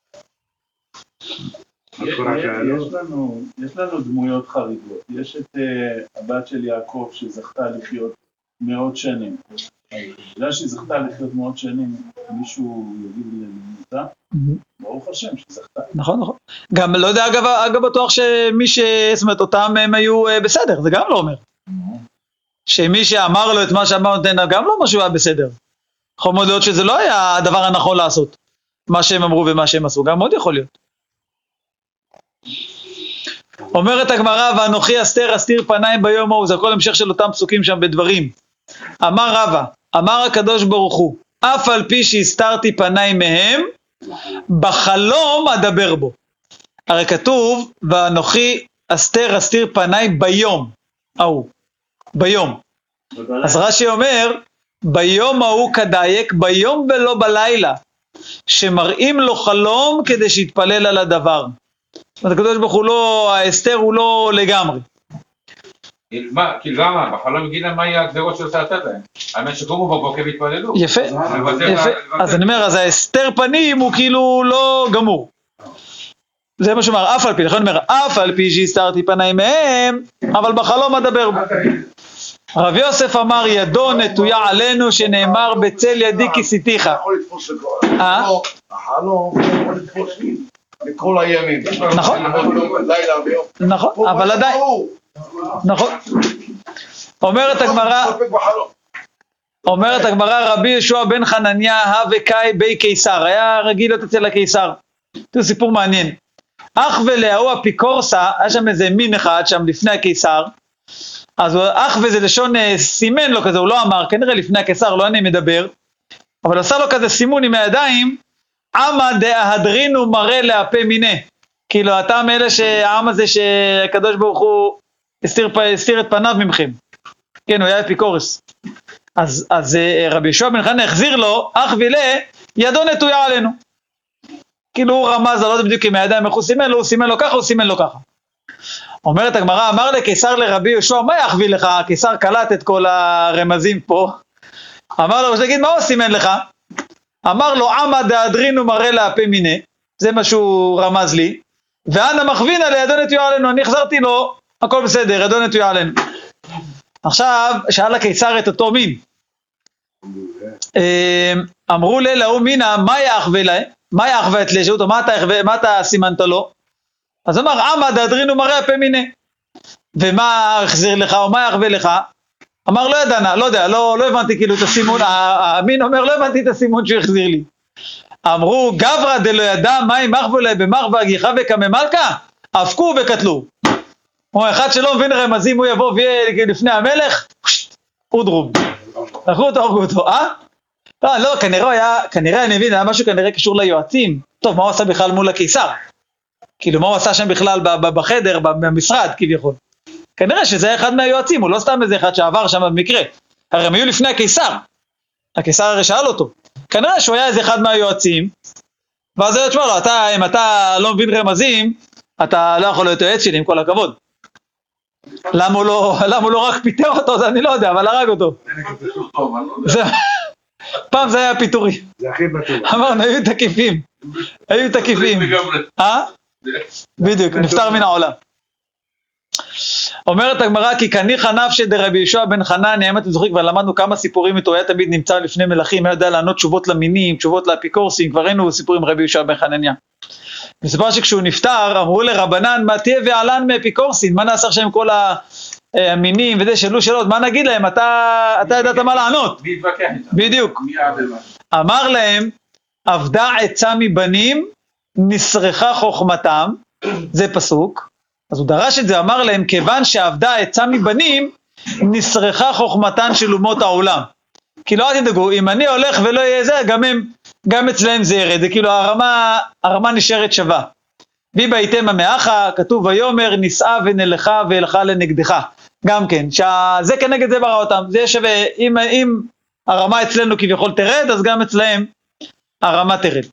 יש לנו דמויות חריגות. יש את הבת של יעקב שזכתה לחיות מאות שנים. בגלל שהיא זכתה לחיות מאות שנים, מישהו יגיד למותה, ברוך השם שזכתה. נכון, נכון. גם לא יודע, אגב, אגב בטוח שמי ש... זאת אומרת, אותם הם היו בסדר, זה גם לא אומר. שמי שאמר לו את מה שאמר נותן, גם לא משהו היה בסדר. יכול מאוד להיות שזה לא היה הדבר הנכון לעשות. מה שהם אמרו ומה שהם עשו, גם מאוד יכול להיות. אומרת הגמרא, ואנוכי אסתר אסתיר פניים ביום ההוא, זה הכל המשך של אותם פסוקים שם בדברים. אמר רבא, אמר הקדוש ברוך הוא, אף על פי שהסתרתי פניים מהם, בחלום אדבר בו. הרי כתוב, ואנוכי אסתר אסתיר פניים ביום ההוא, ביום. אז רש"י אומר, ביום ההוא כדייק, ביום ולא בלילה, שמראים לו חלום כדי שיתפלל על הדבר. זאת אומרת, הקדוש ברוך הוא לא, האסתר הוא לא לגמרי. מה, כאילו למה? בחלום יגיד להם מה יהיה הגזרות שעושה לתת להם. האמת שקומו בבוקר והתפללו. יפה, יפה. אז אני אומר, אז האסתר פנים הוא כאילו לא גמור. זה מה שאומר, אף על פי, לכן אני אומר, אף על פי שהסתרתי פניים מהם, אבל בחלום אדבר בו. רב יוסף אמר, ידו נטויה עלינו, שנאמר בצל ידי כיסיתיך. יכול לתפוס את כל החלום, יכול לתפוס לכל הימים. נכון. נכון, אבל עדיין. נכון. אומרת הגמרא, אומרת הגמרא, רבי ישוע בן חנניה הווה בי קיסר, היה רגיל להיות אצל הקיסר. זה סיפור מעניין. אח ולהוא אפיקורסה, היה שם איזה מין אחד שם לפני הקיסר, אז אח וזה לשון סימן לו כזה, הוא לא אמר, כנראה לפני הקיסר, לא אני מדבר, אבל עשה לו כזה סימון עם הידיים, עמה דהדרינו מראה להפה מיני, כאילו אתה מאלה שהעם הזה שהקדוש ברוך הוא הסתיר, הסתיר את פניו ממכם, כן, הוא היה אפיקורס. אז, אז רבי ישוע בן חנניה החזיר לו, אח ולה, ידו נטויה עלינו. כאילו הוא רמז, לא יודע בדיוק עם הידיים, איך הוא סימן לו, הוא סימן לו ככה, הוא סימן לו ככה. אומרת הגמרא, אמר לקיסר לרבי יהושע, מה יחביא לך? הקיסר קלט את כל הרמזים פה. אמר לו, תגיד, מה הוא סימן לך? אמר לו, עמה דהדרינו מראה להפה מיני, זה מה שהוא רמז לי, ואנה מכווינה לידו נטויה עלינו, אני החזרתי לו, הכל בסדר, ידו נטויה עלינו. עכשיו, שאל הקיסר את אותו מין. אמרו לי, להוא מינה, מה יחווה לה? מה יחווה את לשאות, או מה אתה סימנת לו? אז אמר, עמה דהדרינו מראה להפה מיני. ומה החזיר לך, או מה יחווה לך? אמר, לא ידענה, לא יודע, לא, לא הבנתי כאילו את הסימון, המין אומר, לא הבנתי את הסימון שהוא החזיר לי. אמרו, גברא דלא ידע, מים מחבו לה במחווה הגיחה וקממלכה, הפקו וקטלו. או אחד שלא מבין רמזים, הוא יבוא ויהיה לפני המלך, אודרום. לקחו אותו, הרגו אותו, אה? לא, לא, כנראה היה, כנראה אני מבין, היה משהו כנראה קשור ליועצים. טוב, מה הוא עשה בכלל מול הקיסר? כאילו, מה הוא עשה שם בכלל בחדר, במשרד, כביכול? כנראה שזה היה אחד מהיועצים, הוא לא סתם איזה אחד שעבר שם במקרה. הרי הם היו לפני הקיסר. הקיסר הרי שאל אותו. כנראה שהוא היה איזה אחד מהיועצים, ואז הוא תשמע לו, אתה, אם אתה לא מבין רמזים, אתה לא יכול להיות יועץ שלי, עם כל הכבוד. למה הוא לא, למה הוא לא רק פיטר אותו, זה אני לא יודע, אבל הרג אותו. פעם זה היה פיטורי. זה הכי בטוח. אמרנו, היו תקיפים. היו תקיפים. אה? בדיוק, נפטר מן העולם. אומרת הגמרא, כי כניחא נפשי דרבי יהושע בן חנניה, אם אתם זוכרים, כבר למדנו כמה סיפורים איתו, היה תמיד נמצא לפני מלכים, היה יודע לענות תשובות למינים, תשובות לאפיקורסים, כבר ראינו סיפורים רבי יהושע בן חנניה. מספר שכשהוא נפטר, אמרו לרבנן, מה תהיה ועלן מאפיקורסים, מה נעשה עכשיו עם כל המינים וזה, שאלו שאלות, מה נגיד להם, אתה, אתה ידעת מה לענות. בדיוק. אמר להם, עבדה עצה מבנים, נסרחה חוכמתם, זה פסוק, אז הוא דרש את זה, אמר להם, כיוון שעבדה עצה מבנים, נסרחה חוכמתן של אומות העולם. כי לא תדאגו, אם אני הולך ולא יהיה זה, גם הם, גם אצלהם זה ירד, זה כאילו הרמה, הרמה נשארת שווה. בי בהיתם המאחה, כתוב ויאמר, נישאה ונלכה והלכה לנגדך. גם כן, שזה כנגד זה ברא אותם, זה שווה, אם, אם הרמה אצלנו כביכול תרד, אז גם אצלהם הרמה תרד.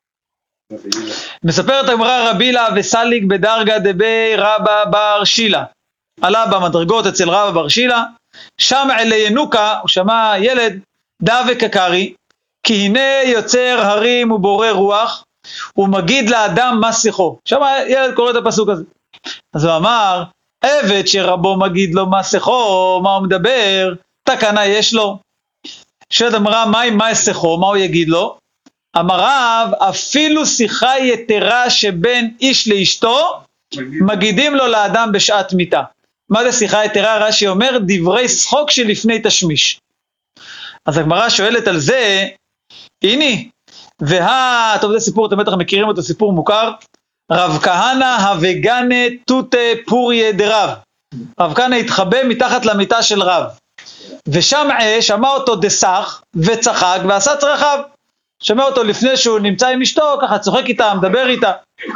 מספרת הגמרא, רבי לה וסליג בדרגה דבי רבא בר שילה, עלה במדרגות אצל רבא בר שילה, שם אלי ינוקה, הוא שמע ילד דבק הקרי, כי הנה יוצר הרים ובורא רוח, ומגיד לאדם מה שיחו. שם ילד קורא את הפסוק הזה. אז הוא אמר, עבד שרבו מגיד לו מה שיחו, מה הוא מדבר, תקנה יש לו. שואלת הגמרא, מה עם מה אסכו, מה הוא יגיד לו? אמר רב, אפילו שיחה יתרה שבין איש לאשתו, מגידים לו לאדם בשעת מיתה. מה זה שיחה יתרה? רש"י אומר, דברי שחוק שלפני תשמיש. אז הגמרא שואלת על זה, הנה, וה... טוב, זה סיפור, אתם בטח מכירים אותו, סיפור מוכר, רב כהנא הווגנה תותה פוריה דרב. רב כהנא התחבא מתחת למיטה של רב. ושם שמע אותו דסך וצחק ועשה צרכיו. שמע אותו לפני שהוא נמצא עם אשתו, ככה צוחק איתה, מדבר איתה.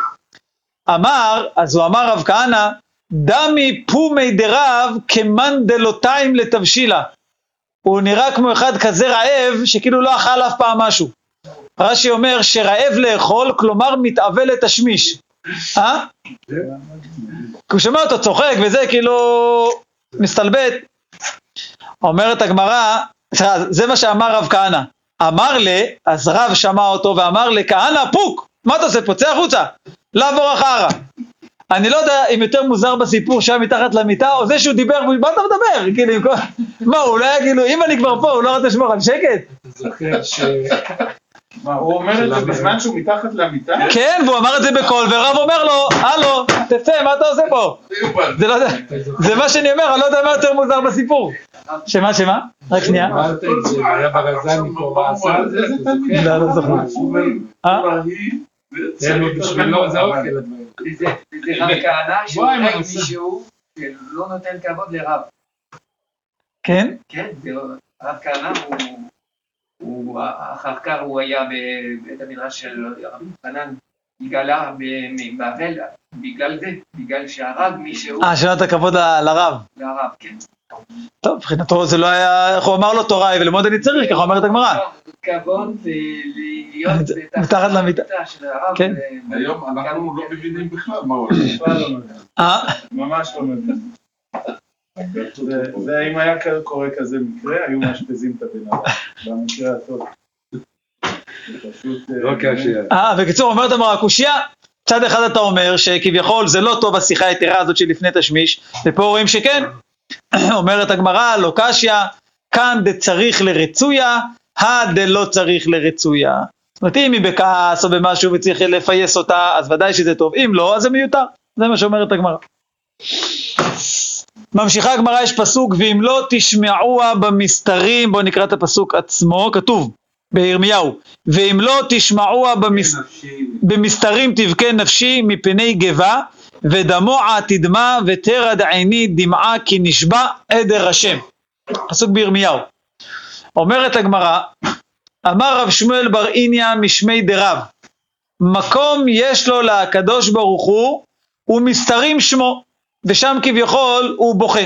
אמר, אז הוא אמר רב כהנא, דמי פומי דרב כמן דלותיים לתבשילה. הוא נראה כמו אחד כזה רעב שכאילו לא אכל אף פעם משהו. רש"י אומר שרעב לאכול, כלומר מתאווה לתשמיש. אה? הוא שמע אותו צוחק וזה כאילו מסתלבט. אומרת הגמרא, זה מה שאמר רב כהנא. אמר לי, אז רב שמע אותו ואמר לי, כהנא פוק, מה אתה עושה פה? צא החוצה, לעבור אחרה. אני לא יודע אם יותר מוזר בסיפור שהיה מתחת למיטה, או זה שהוא דיבר, מה אתה מדבר? כאילו, מה, הוא לא היה כאילו, אם אני כבר פה, הוא לא רוצה לשמור על שקט? זוכר ש... מה, הוא אומר את זה בזמן שהוא מתחת למיטה? כן, והוא אמר את זה בקול, ורב אומר לו, הלו, תצא, מה אתה עושה פה? זה לא יודע, זה מה שאני אומר, אני לא יודע מה יותר מוזר בסיפור. שמה, שמה? רק שנייה. אמרת את זה, היה ברזני פה, מה עשה על זה? לא, לא זוכר. אה? זה בשבילו, זה אוכל. זה רב כהנא שהוא רואה מישהו שלא נותן כבוד לרב. כן? כן, רב כהנא הוא, אחר כך הוא היה בבית המדרש של רב חנן, התגלה בבבל בגלל זה, בגלל שהרב מישהו... אה, שנתת הכבוד לרב. לרב, כן. טוב, מבחינתו זה לא היה, איך הוא אמר לו תורה וללמוד אני צריך, ככה אומרת הגמרא. כבוד להיות מתחת למיטה של הרב. כן. היום אנחנו לא מבינים בכלל מה הוא אה? ממש לא מבין. זה אם היה קורה כזה מקרה, היו מאשפזים את הבן אדם, במקרה הטוב. לא קשה. אה, בקיצור, אומרת אמרה, הקושיה, צד אחד אתה אומר שכביכול זה לא טוב השיחה היתרה הזאת שלפני תשמיש, ופה רואים שכן, אומרת הגמרא, לא קשיא, כאן דצריך לרצויה, הדלא צריך לרצויה. זאת אומרת, אם היא בכעס או במשהו וצריך לפייס אותה, אז ודאי שזה טוב, אם לא, אז זה מיותר. זה מה שאומרת הגמרא. ממשיכה הגמרא, יש פסוק, ואם לא תשמעוה במסתרים, בואו נקרא את הפסוק עצמו, כתוב בירמיהו, ואם לא תשמעוה במס... במסתרים תבכה נפשי מפני גבה, ודמועה תדמה ותרד עיני דמעה כי נשבע עדר השם. פסוק בירמיהו. אומרת הגמרא, אמר רב שמואל בר איניה משמי דרב, מקום יש לו לקדוש ברוך הוא, ומסתרים שמו, ושם כביכול הוא בוכה.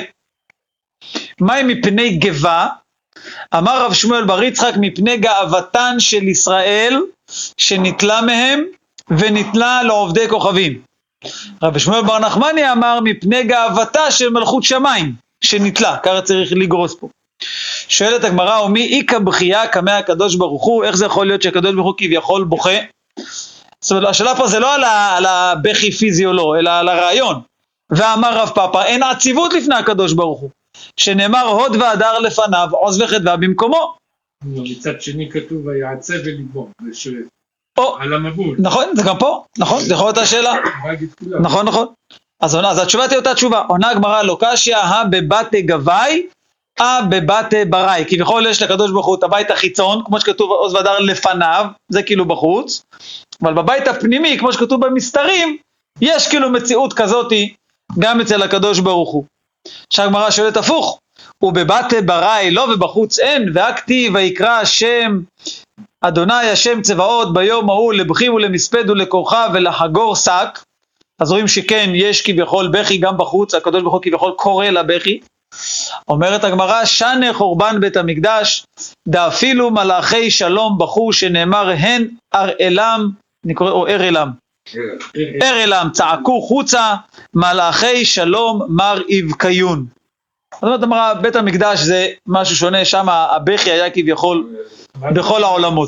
מה מפני גבה? אמר רב שמואל בר יצחק, מפני גאוותן של ישראל, שנתלה מהם, ונתלה לעובדי כוכבים. רב שמואל בר נחמני אמר, מפני גאוותה של מלכות שמיים, שנתלה, ככה צריך לגרוס פה. שואלת הגמרא, ומי איקה בכייה כמה הקדוש ברוך הוא, איך זה יכול להיות שהקדוש ברוך הוא כביכול בוכה? זאת אומרת, השאלה פה זה לא על, ה, על הבכי פיזי או לא, אלא על הרעיון. ואמר רב פאפא, אין עציבות לפני הקדוש ברוך הוא, שנאמר הוד והדר לפניו, עוז וחדווה במקומו. מצד שני כתוב, ויעצב וליבו, או, על המבול. נכון, זה גם פה, נכון, זה יכול להיות השאלה. נכון, נכון. אז, אז התשובה תהיה אותה תשובה, עונה הגמרא לא קשיא, הא בבתי גבאי, הא בבתי בראי. כביכול יש לקדוש ברוך הוא את הבית החיצון, כמו שכתוב עוז והדר לפניו, זה כאילו בחוץ, אבל בבית הפנימי, כמו שכתוב במסתרים, יש כאילו מציאות כזאת גם אצל הקדוש ברוך הוא. שהגמרא שואלת הפוך, ובבתי בראי לא ובחוץ אין, והכתיב ויקרא השם אדוני השם צבאות ביום ההוא לבכי ולמספד ולכורחה ולחגור שק. אז רואים שכן יש כביכול בכי גם בחוץ, הקדוש ברוך הוא כביכול קורא לבכי. אומרת הגמרא, שנה חורבן בית המקדש, דאפילו מלאכי שלום בכו, שנאמר הן אראלם, אני קורא, או אראלם, אראלם צעקו חוצה, מלאכי שלום מר יבקיון. זאת אומרת, אמרה, בית המקדש זה משהו שונה, שם הבכי היה כביכול בכל העולמות.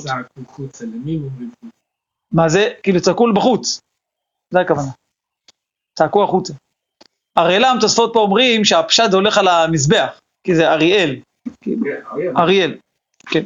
מה זה? כאילו צעקו בחוץ, זה הכוונה, צעקו החוצה. אראלם, תוספות פה אומרים שהפשט זה הולך על המזבח, כי זה אריאל, אריאל. כן.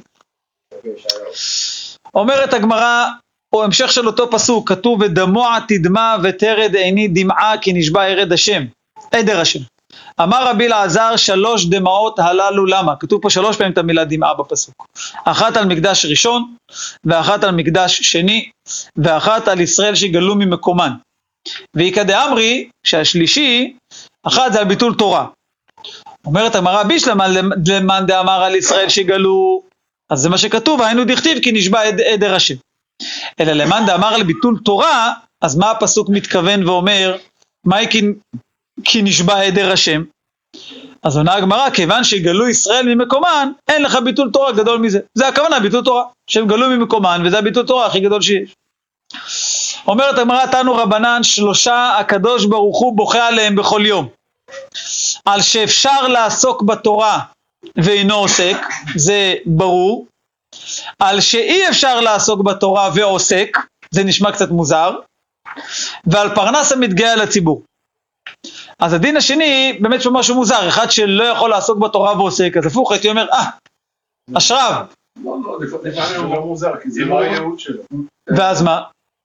אומרת הגמרא, או המשך של אותו פסוק, כתוב ודמוע תדמע ותרד עיני דמעה כי נשבע ירד השם, עדר השם. אמר רבי אלעזר שלוש דמעות הללו למה? כתוב פה שלוש פעמים את המילה דמעה בפסוק. אחת על מקדש ראשון, ואחת על מקדש שני, ואחת על ישראל שגלו ממקומן. ויקא דאמרי, שהשלישי, אחת זה על ביטול תורה. אומרת הגמרא בישלמה למאן דאמר על ישראל שגלו, אז זה מה שכתוב, היינו דכתיב כי נשבע עדר השם. אלא למאן דאמר על ביטול תורה, אז מה הפסוק מתכוון ואומר, מהי כי, כי נשבע עדר השם? אז עונה הגמרא, כיוון שגלו ישראל ממקומן, אין לך ביטול תורה גדול מזה. זה הכוונה, ביטול תורה, שהם גלו ממקומן, וזה הביטול תורה הכי גדול שיש. אומרת הגמרא, תנו רבנן, שלושה הקדוש ברוך הוא בוכה עליהם בכל יום. על שאפשר לעסוק בתורה ואינו עוסק, זה ברור. על שאי אפשר לעסוק בתורה ועוסק, זה נשמע קצת מוזר. ועל פרנס המתגאה לציבור. אז הדין השני, באמת שהוא משהו מוזר, אחד שלא יכול לעסוק בתורה ועוסק, אז הפוך, הייתי אומר, אה, אשריו. לא, לא, לפעמים זה לא מוזר, כי זה לא הייעוד שלו. ואז מה?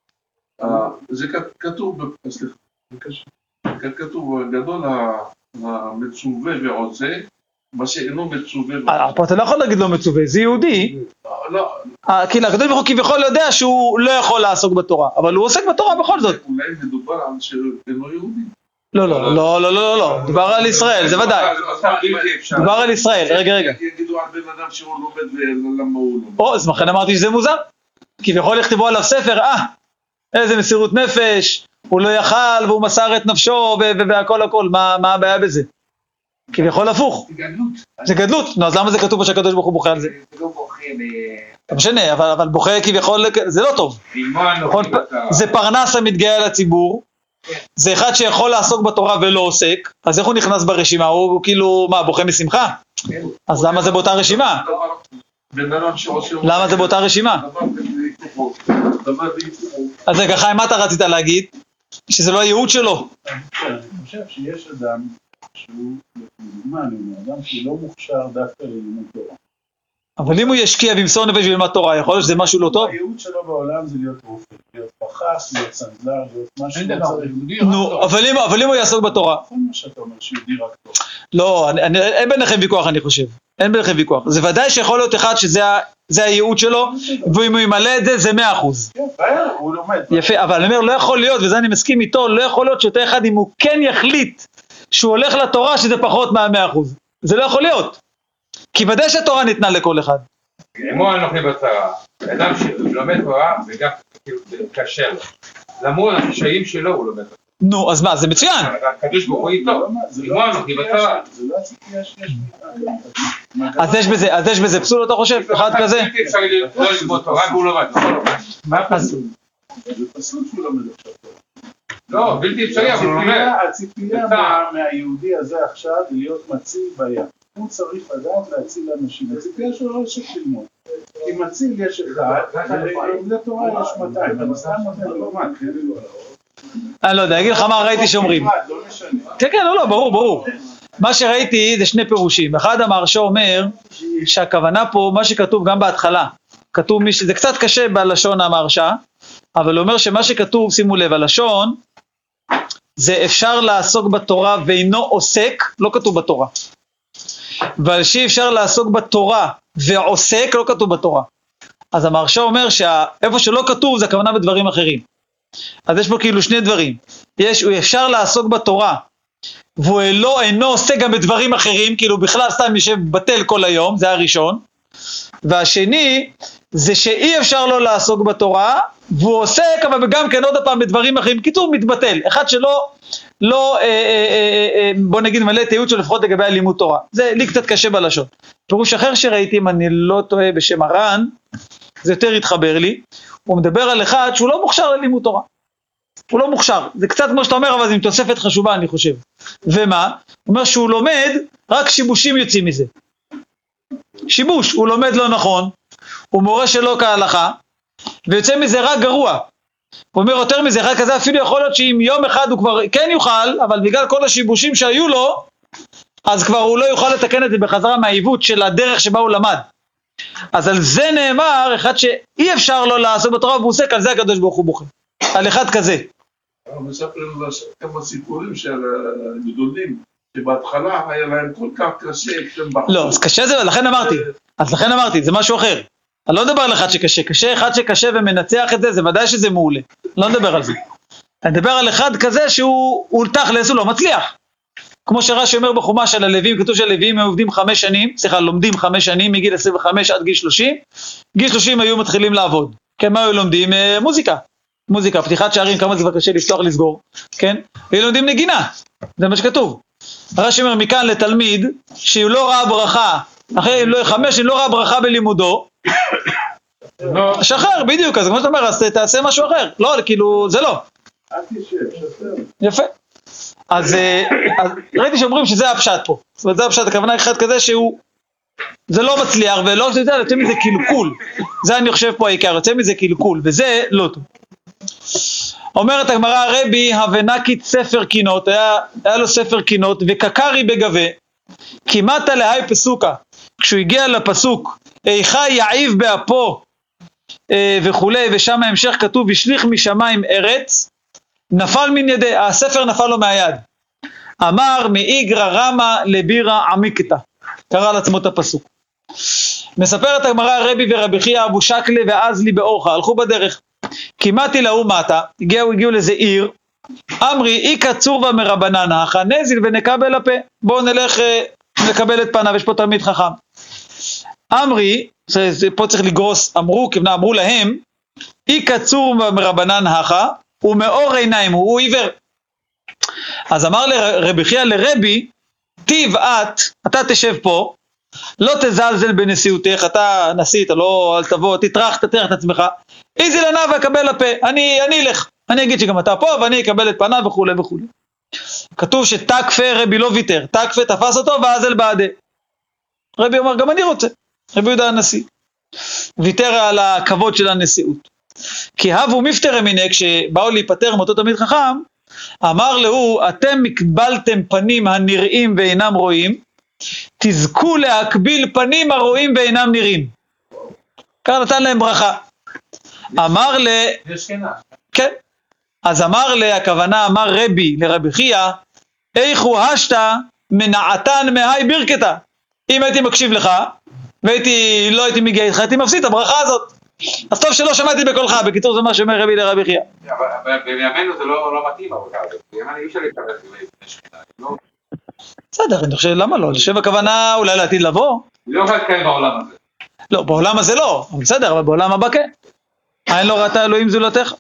זה כתוב, סליחה, כתוב, גדול המצווה ועושה, מה שאינו מצווה. פה אתה לא יכול להגיד לא מצווה, זה יהודי. לא. כי הקדוש ברוך הוא כביכול יודע שהוא לא יכול לעסוק בתורה, אבל הוא עוסק בתורה בכל זאת. אולי מדובר על שאינו יהודי. לא, לא, לא, לא, לא, לא, דובר על ישראל, זה ודאי. דובר על ישראל, רגע, רגע. יגידו על בן אדם שהוא לומד ולמה הוא לומד. או, אז לכן אמרתי שזה מוזר. כביכול יכתבו עליו ספר, אה, איזה מסירות נפש, הוא לא יכל והוא מסר את נפשו והכל הכל, מה הבעיה בזה? כביכול הפוך. זה גדלות. זה גדלות, נו, אז למה זה כתוב פה שהקדוש ברוך הוא בוכה על זה? זה לא בוכה ב... לא משנה, אבל בוכה כביכול, זה לא טוב. זה פרנס המתגאה לציבור, זה אחד שיכול לעסוק בתורה ולא עוסק, אז איך הוא נכנס ברשימה? הוא כאילו, מה, בוכה משמחה? אז למה זה באותה רשימה? למה זה באותה רשימה? אז רגע, חיים, מה אתה רצית להגיד? שזה לא הייעוד שלו. אני חושב שיש אדם שהוא, לדוגמה, אדם שהוא לא מוכשר דווקא ללימוד תורה. אבל אם הוא ישקיע וימסור נפש וילמד תורה, יכול להיות שזה משהו לא טוב? הייעוד שלו בעולם זה להיות רופא, להיות פחס, להיות סנדלר, להיות משהו לא צריך. נו, אבל אם הוא יעסוק בתורה? כל מה שאתה אומר שיהודי רק טוב. לא, אין ביניכם ויכוח אני חושב. אין ביניכם ויכוח. זה ודאי שיכול להיות אחד שזה הייעוד שלו, ואם הוא ימלא את זה, זה מאה אחוז. הוא לומד. יפה, אבל אני אומר, לא יכול להיות, וזה אני מסכים איתו, לא יכול להיות שאותו אחד, אם הוא כן יחליט שהוא הולך לתורה, שזה פחות מה-מאה אחוז. זה לא יכול להיות. כי ודאי שהתורה ניתנה לכל אחד. כמו אנוכי בצרה, אדם שלומד תורה וגם קשה לו. למרות הקשיים שלו הוא לומד תורה. נו, אז מה, זה מצוין. הקדוש ברוך הוא איתו, כמו אנוכי בצרה. זה לא הציפייה שיש לי. אז יש בזה פסול, אתה חושב? אחד כזה? אפשר לא ללמוד תורה והוא לומד. מה פסול? זה פסול שהוא לומד עכשיו תורה. לא, בלתי אפשרי, אבל הוא לומד. הציפייה מהיהודי הזה עכשיו היא להיות מציל בים. הוא צריך לדעת להציל אנשים. הציפייה שלו לא יש ללמוד. כי מציל יש אחד, ולתורה יש מאתיים. אבל סתם מאתיים לא מה, כן? אני לא יודע, אגיד לך מה ראיתי שאומרים. כן, כן, לא, לא, ברור, ברור. מה שראיתי זה שני פירושים. אחד המהרש"א אומר שהכוונה פה, מה שכתוב גם בהתחלה, כתוב, זה קצת קשה בלשון המהרש"א, אבל הוא אומר שמה שכתוב, שימו לב, הלשון, זה אפשר לעסוק בתורה ואינו עוסק, לא כתוב בתורה. ועל שאי אפשר לעסוק בתורה ועוסק, לא כתוב בתורה. אז המהרש"א אומר שאיפה שלא כתוב זה הכוונה בדברים אחרים. אז יש פה כאילו שני דברים. יש, הוא אפשר לעסוק בתורה, והוא לא אינו עוסק גם בדברים אחרים, כאילו בכלל סתם יושב בטל כל היום, זה הראשון. והשני, זה שאי אפשר לא לעסוק בתורה, והוא עוסק, אבל גם כן עוד הפעם בדברים אחרים, קיצור מתבטל. אחד שלא, לא, אה, אה, אה, בוא נגיד מלא תיעוד שלו לפחות לגבי הלימוד תורה. זה לי קצת קשה בלשון. פירוש אחר שראיתי, אם אני לא טועה בשם הר"ן, זה יותר התחבר לי, הוא מדבר על אחד שהוא לא מוכשר ללימוד תורה. הוא לא מוכשר. זה קצת כמו שאתה אומר, אבל זה עם תוספת חשובה, אני חושב. ומה? הוא אומר שהוא לומד, רק שיבושים יוצאים מזה. שיבוש, הוא לומד לא נכון, הוא מורה שלא כהלכה, ויוצא מזה רק גרוע. הוא אומר יותר מזה, רק כזה אפילו יכול להיות שאם יום אחד הוא כבר כן יוכל, אבל בגלל כל השיבושים שהיו לו, אז כבר הוא לא יוכל לתקן את זה בחזרה מהעיוות של הדרך שבה הוא למד. אז על זה נאמר, אחד שאי אפשר לו לעשות בתורה ובוסק, על זה הקדוש ברוך הוא בוכה. על אחד כזה. מספרים לנו כמה סיפורים של גדולים, שבהתחלה היה להם כל כך קשה, לא, אז קשה זה, לכן אמרתי, אז לכן אמרתי, זה משהו אחר. אני לא מדבר על אחד שקשה, קשה אחד שקשה ומנצח את זה, זה ודאי שזה מעולה. לא נדבר על זה. אני מדבר על אחד כזה שהוא תכלס, הוא לא מצליח. כמו שרש"י אומר בחומש על הלווים, כתוב שהלווים הם עובדים חמש שנים, סליחה, לומדים חמש שנים, מגיל עשרים וחמש עד גיל שלושים, גיל שלושים היו מתחילים לעבוד. כן, מה היו לומדים? מוזיקה. מוזיקה, פתיחת שערים, כמה זה קשה לפתוח לסגור, כן? היו לומדים נגינה, זה מה שכתוב. רש"י אומר מכאן לתלמיד, שהוא לא ראה ברכה, אחרי לא חמש, לא ראה ברכה בלימודו, שחרר, בדיוק, אז כמו שאתה אומר, אז תעשה משהו אחר. לא, כאילו, זה לא. אל תשב, שחרר. יפה. אז, אז ראיתי שאומרים שזה הפשט פה. זאת אומרת, זה הפשט, הכוונה אחד כזה שהוא, זה לא מצליח, ולא יוצא, יוצא מזה קלקול. זה אני חושב פה העיקר, יוצא מזה קלקול, וזה לא טוב. אומרת הגמרא, הרבי הבנקית ספר קינות, היה, היה לו ספר קינות, וקקרי בגבה, כמעט להי פסוקה, כשהוא הגיע לפסוק, איכה יעיב באפו, אה, וכולי, ושם ההמשך כתוב, השליך משמיים ארץ, נפל מן ידי, הספר נפל לו מהיד. אמר, מאיגרא רמא לבירא עמיקתא, קרא לעצמו את הפסוק. מספרת הגמרא, הרבי ורבי חייא אבו שקלה ואזלי באורחה, הלכו בדרך, כמעטי להוא מטה, הגיעו, הגיעו לזה עיר, אמרי, איקא צורבא מרבנן הכא, נזיל ונקבל הפה, בואו נלך אה, לקבל את פניו, יש פה תלמיד חכם. אמרי, זה, זה, פה צריך לגרוס, אמרו, כבנה, אמרו להם, איקא צורבא מרבנן הכא, ומאור עיניים, הוא, הוא עיוור. אז אמר לרבי חייא לרבי, טיב את, אתה תשב פה, לא תזלזל בנשיאותך, אתה נשיא, אתה לא, אל תבוא, תטרח, תטרח את עצמך, איזי לנה ואקבל לפה, אני, אני אלך, אני אגיד שגם אתה פה, ואני אקבל את פניו וכו' וכו'. כתוב שתקפה רבי לא ויתר, תקפה תפס אותו ואז אל בעדה. רבי אומר, גם אני רוצה, רבי יהודה הנשיא. ויתר על הכבוד של הנשיאות. כי הבו מפטר מיני, כשבאו להיפטר מאותו תלמיד חכם, אמר לו, אתם מקבלתם פנים הנראים ואינם רואים, תזכו להקביל פנים הרואים ואינם נראים. כאן נתן להם ברכה. אמר ל... כן. אז אמר לה, הכוונה אמר רבי לרבי חייא, איך הוא השתה מנעתן מהי ברכתה. אם הייתי מקשיב לך, והייתי, לא הייתי מגיע איתך, הייתי מפסיד את הברכה הזאת. אז טוב שלא שמעתי בקולך, בקיצור זה מה שאומר רבי לרבי חייא. בימינו זה לא מתאים הברכה הזאת, בימינו אי אפשר להתקבל במשכנה. בסדר, אני חושב, למה לא? לשם הכוונה אולי לעתיד לבוא. לא יכול להתקיים בעולם הזה. לא, בעולם הזה לא, בסדר, אבל בעולם הבא כן. אין לא ראתה אלוהים זולתך.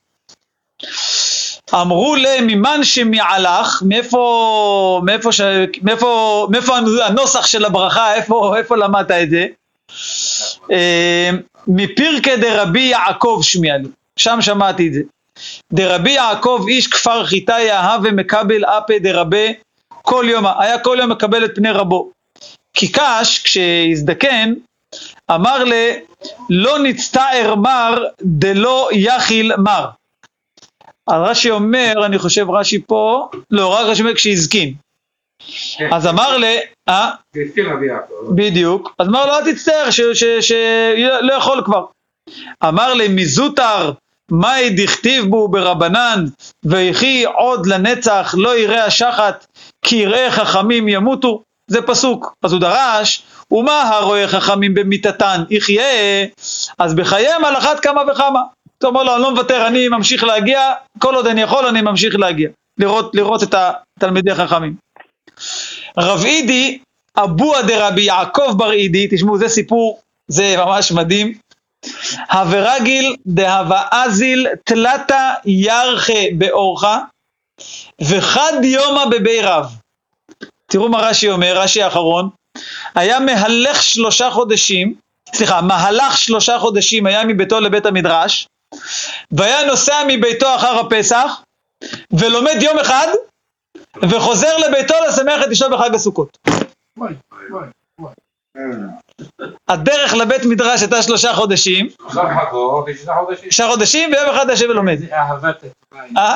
אמרו להם, ממן שמעלך, מאיפה, מאיפה, ש... מאיפה, מאיפה הנוסח של הברכה, איפה, איפה למדת את זה? מפירקא דרבי יעקב שמיע לי, שם שמעתי את זה. דרבי יעקב איש כפר חיטאי הווה מקבל אפי דרבי כל יום, היה כל יום מקבל את פני רבו. כי קש, כשהזדקן, אמר לה, לא נצטער מר דלא יחיל מר. אז רש"י אומר, אני חושב רש"י פה, לא, רק רש"י אומר כשהזקין. אז אמר לה, אה? בדיוק, אז אמר לו, אל תצטער, שלא יכול כבר. אמר לה, מזוטר, מאי דכתיב בו ברבנן, ויחי עוד לנצח, לא יראה השחת, כי יראה חכמים ימותו. זה פסוק. אז הוא דרש, ומה הרואה חכמים במיתתן, יחיה, אז בחייהם על אחת כמה וכמה. אתה אומר לו, אני לא מוותר, אני ממשיך להגיע, כל עוד אני יכול, אני ממשיך להגיע, לראות, לראות את התלמידי החכמים. רב אידי, אבוה דרבי יעקב בר אידי, תשמעו, זה סיפור, זה ממש מדהים, הוורגיל דהווה אזיל תלתה ירחה באורחה, וחד יומה בבי רב. תראו מה רש"י אומר, רש"י האחרון, היה מהלך שלושה חודשים, סליחה, מהלך שלושה חודשים היה מביתו לבית המדרש, והיה נוסע מביתו אחר הפסח, ולומד יום אחד, וחוזר לביתו לשמח את אשתו בחג הסוכות. וואי, וואי, וואי. הדרך לבית מדרש הייתה שלושה חודשים, שלושה חודשים, ויום אחד יושב ולומד. אה?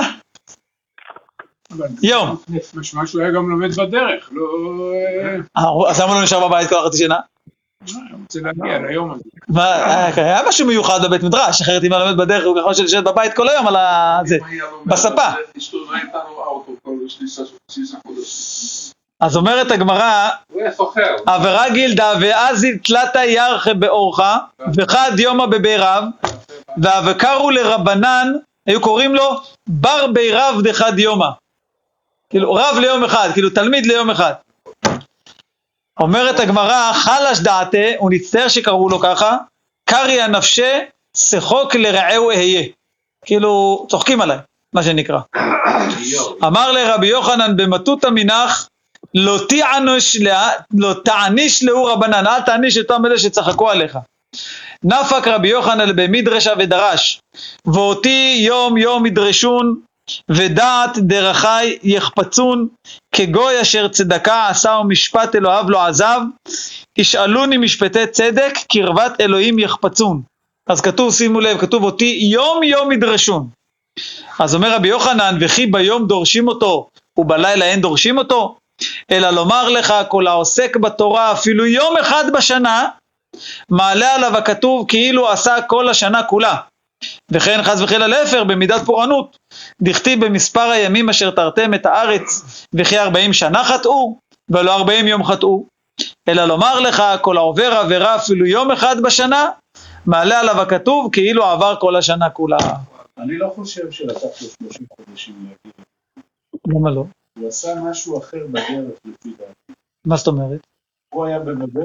יום. משמע שהוא היה גם לומד בדרך, לא... אז למה לא נשאר בבית כל החצי שנה? אני רוצה להגיע ליום הזה. מה, היה משהו מיוחד בבית מדרש, אחרת אם אני לומד בדרך, הוא ככה של לשבת בבית כל היום על זה, בספה. אשתו לא הייתה רואה אותו כל שישה חודשים. אז אומרת הגמרא, הוא היה סוחר. עברה גילדה ואזי תלתה ירחה באורחה, וחד יומא בבירב, ואבקרו לרבנן, היו קוראים לו בר בירב דחד יומא. כאילו רב ליום אחד, כאילו תלמיד ליום אחד. אומרת הגמרא, חלש דעתה, הוא נצטער שקראו לו ככה, קרי הנפשה, שחוק לרעהו אהיה. כאילו, צוחקים עליי, מה שנקרא. אמר לרבי יוחנן במטות המנח, לא תעניש, לא תעניש לאו רבנן, אל תעניש אותם אלה שצחקו עליך. נפק רבי יוחנן במדרשה ודרש, ואותי יום יום ידרשון, ודעת דרכי יחפצון, כגוי אשר צדקה עשה ומשפט אלוהיו לא עזב, ישאלוני משפטי צדק, קרבת אלוהים יחפצון. אז כתוב, שימו לב, כתוב אותי יום יום ידרשון. אז אומר רבי יוחנן, וכי ביום דורשים אותו, ובלילה אין דורשים אותו, אלא לומר לך, כל העוסק בתורה אפילו יום אחד בשנה, מעלה עליו הכתוב כאילו עשה כל השנה כולה. וכן חס וחלילה להפך במידת פורענות, דכתיב במספר הימים אשר תרתם את הארץ וכי ארבעים שנה חטאו ולא ארבעים יום חטאו, אלא לומר לך כל העובר עבירה אפילו יום אחד בשנה, מעלה עליו הכתוב כאילו עבר כל השנה כולה. אני לא חושב שלקח לו שלושים חודשים להגיד. למה לא? הוא עשה משהו אחר בדרך לפי דעתי. מה זאת אומרת? הוא היה בבבל,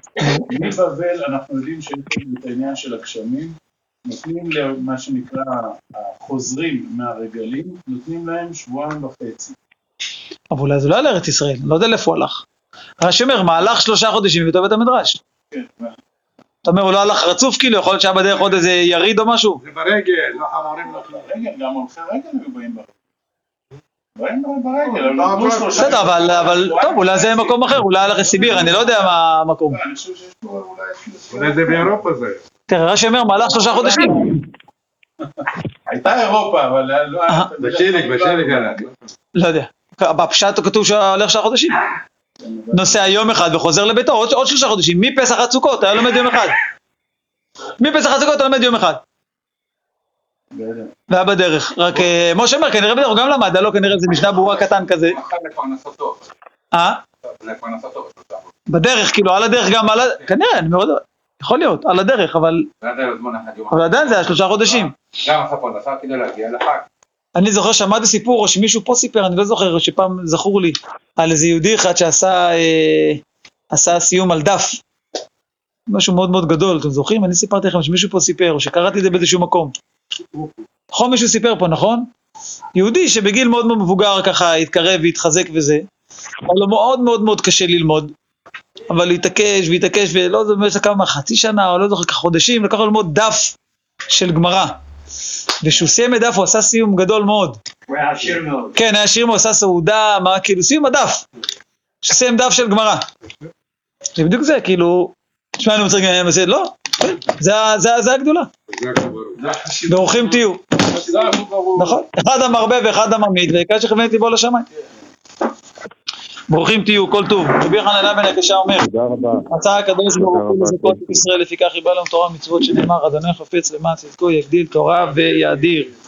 מבבל אנחנו יודעים שיש את העניין של הגשמים, נותנים למה שנקרא החוזרים מהרגלים, נותנים להם שבועיים וחצי. אבל אולי זה לא היה לארץ ישראל, לא יודע לאיפה הוא הלך. רש"י אומר, מהלך שלושה חודשים ואיתו בית המדרש. כן. אתה אומר, הוא לא הלך רצוף כאילו, יכול להיות שהיה בדרך עוד איזה יריד או משהו? זה ברגל, לא חמורים לא רגל, גם הולכי רגל היו באים ברגל. באים ברגל, אבל לא אמרו שלושה. בסדר, אבל טוב, אולי זה מקום אחר, אולי הלך לסיביר, אני לא יודע מה המקום. אני חושב שיש פה אולי... אולי זה באירופה זה. תראה, רש"י אומר, מהלך שלושה חודשים. הייתה אירופה, אבל לא... בשילק, בשילק. לא יודע. בפשט כתוב שהולך שלושה חודשים. נוסע יום אחד וחוזר לביתו, עוד שלושה חודשים. מפסח עד סוכות, היה לומד יום אחד. מפסח עד סוכות, היה לומד יום אחד. והיה בדרך. רק משה אומר, כנראה בדרך, הוא גם למד, לא כנראה זה משנה ברורה קטן כזה. לפרנסתו. אה? לפרנסתו. בדרך, כאילו, על הדרך גם, כנראה, אני מאוד... יכול להיות, על הדרך, אבל... אבל עדיין זה היה שלושה חודשים. גם עשה פרנסה כדי להגיע לחג. אני זוכר שמעתי סיפור, או שמישהו פה סיפר, אני לא זוכר, שפעם זכור לי, על איזה יהודי אחד שעשה אה, עשה סיום על דף. משהו מאוד מאוד גדול, אתם זוכרים? אני סיפרתי לכם שמישהו פה סיפר, או שקראתי את זה באיזשהו מקום. נכון, מישהו סיפר פה, נכון? יהודי שבגיל מאוד מאוד מבוגר ככה התקרב והתחזק וזה, אבל לו מאוד מאוד מאוד קשה ללמוד. אבל הוא התעקש והתעקש, ולא זוכר במשך כמה, חצי שנה, או לא זוכר כחודשים, לקח לו ללמוד דף של גמרא. ושהוא סיים את דף, הוא עשה סיום גדול מאוד. הוא היה עשיר מאוד. כן, היה עשיר מאוד, עשה סעודה, מה, כאילו, סיום הדף. שסיים דף של גמרא. זה בדיוק זה, כאילו, תשמע, אני מצריך גם לזה, לא, זה הגדולה. ברוכים תהיו. נכון, אחד המרבה ואחד הממית, ויקל שכוון את ליבו לשמיים. ברוכים תהיו, כל טוב. רבי יוחנן בן הקשה אומר, מצא הקדוש ברוך הוא לזכות את ישראל, לפיכך ייבא להם תורה ומצוות שנאמר, אדוני חפץ למען צדקו יגדיל תורה ויאדיר.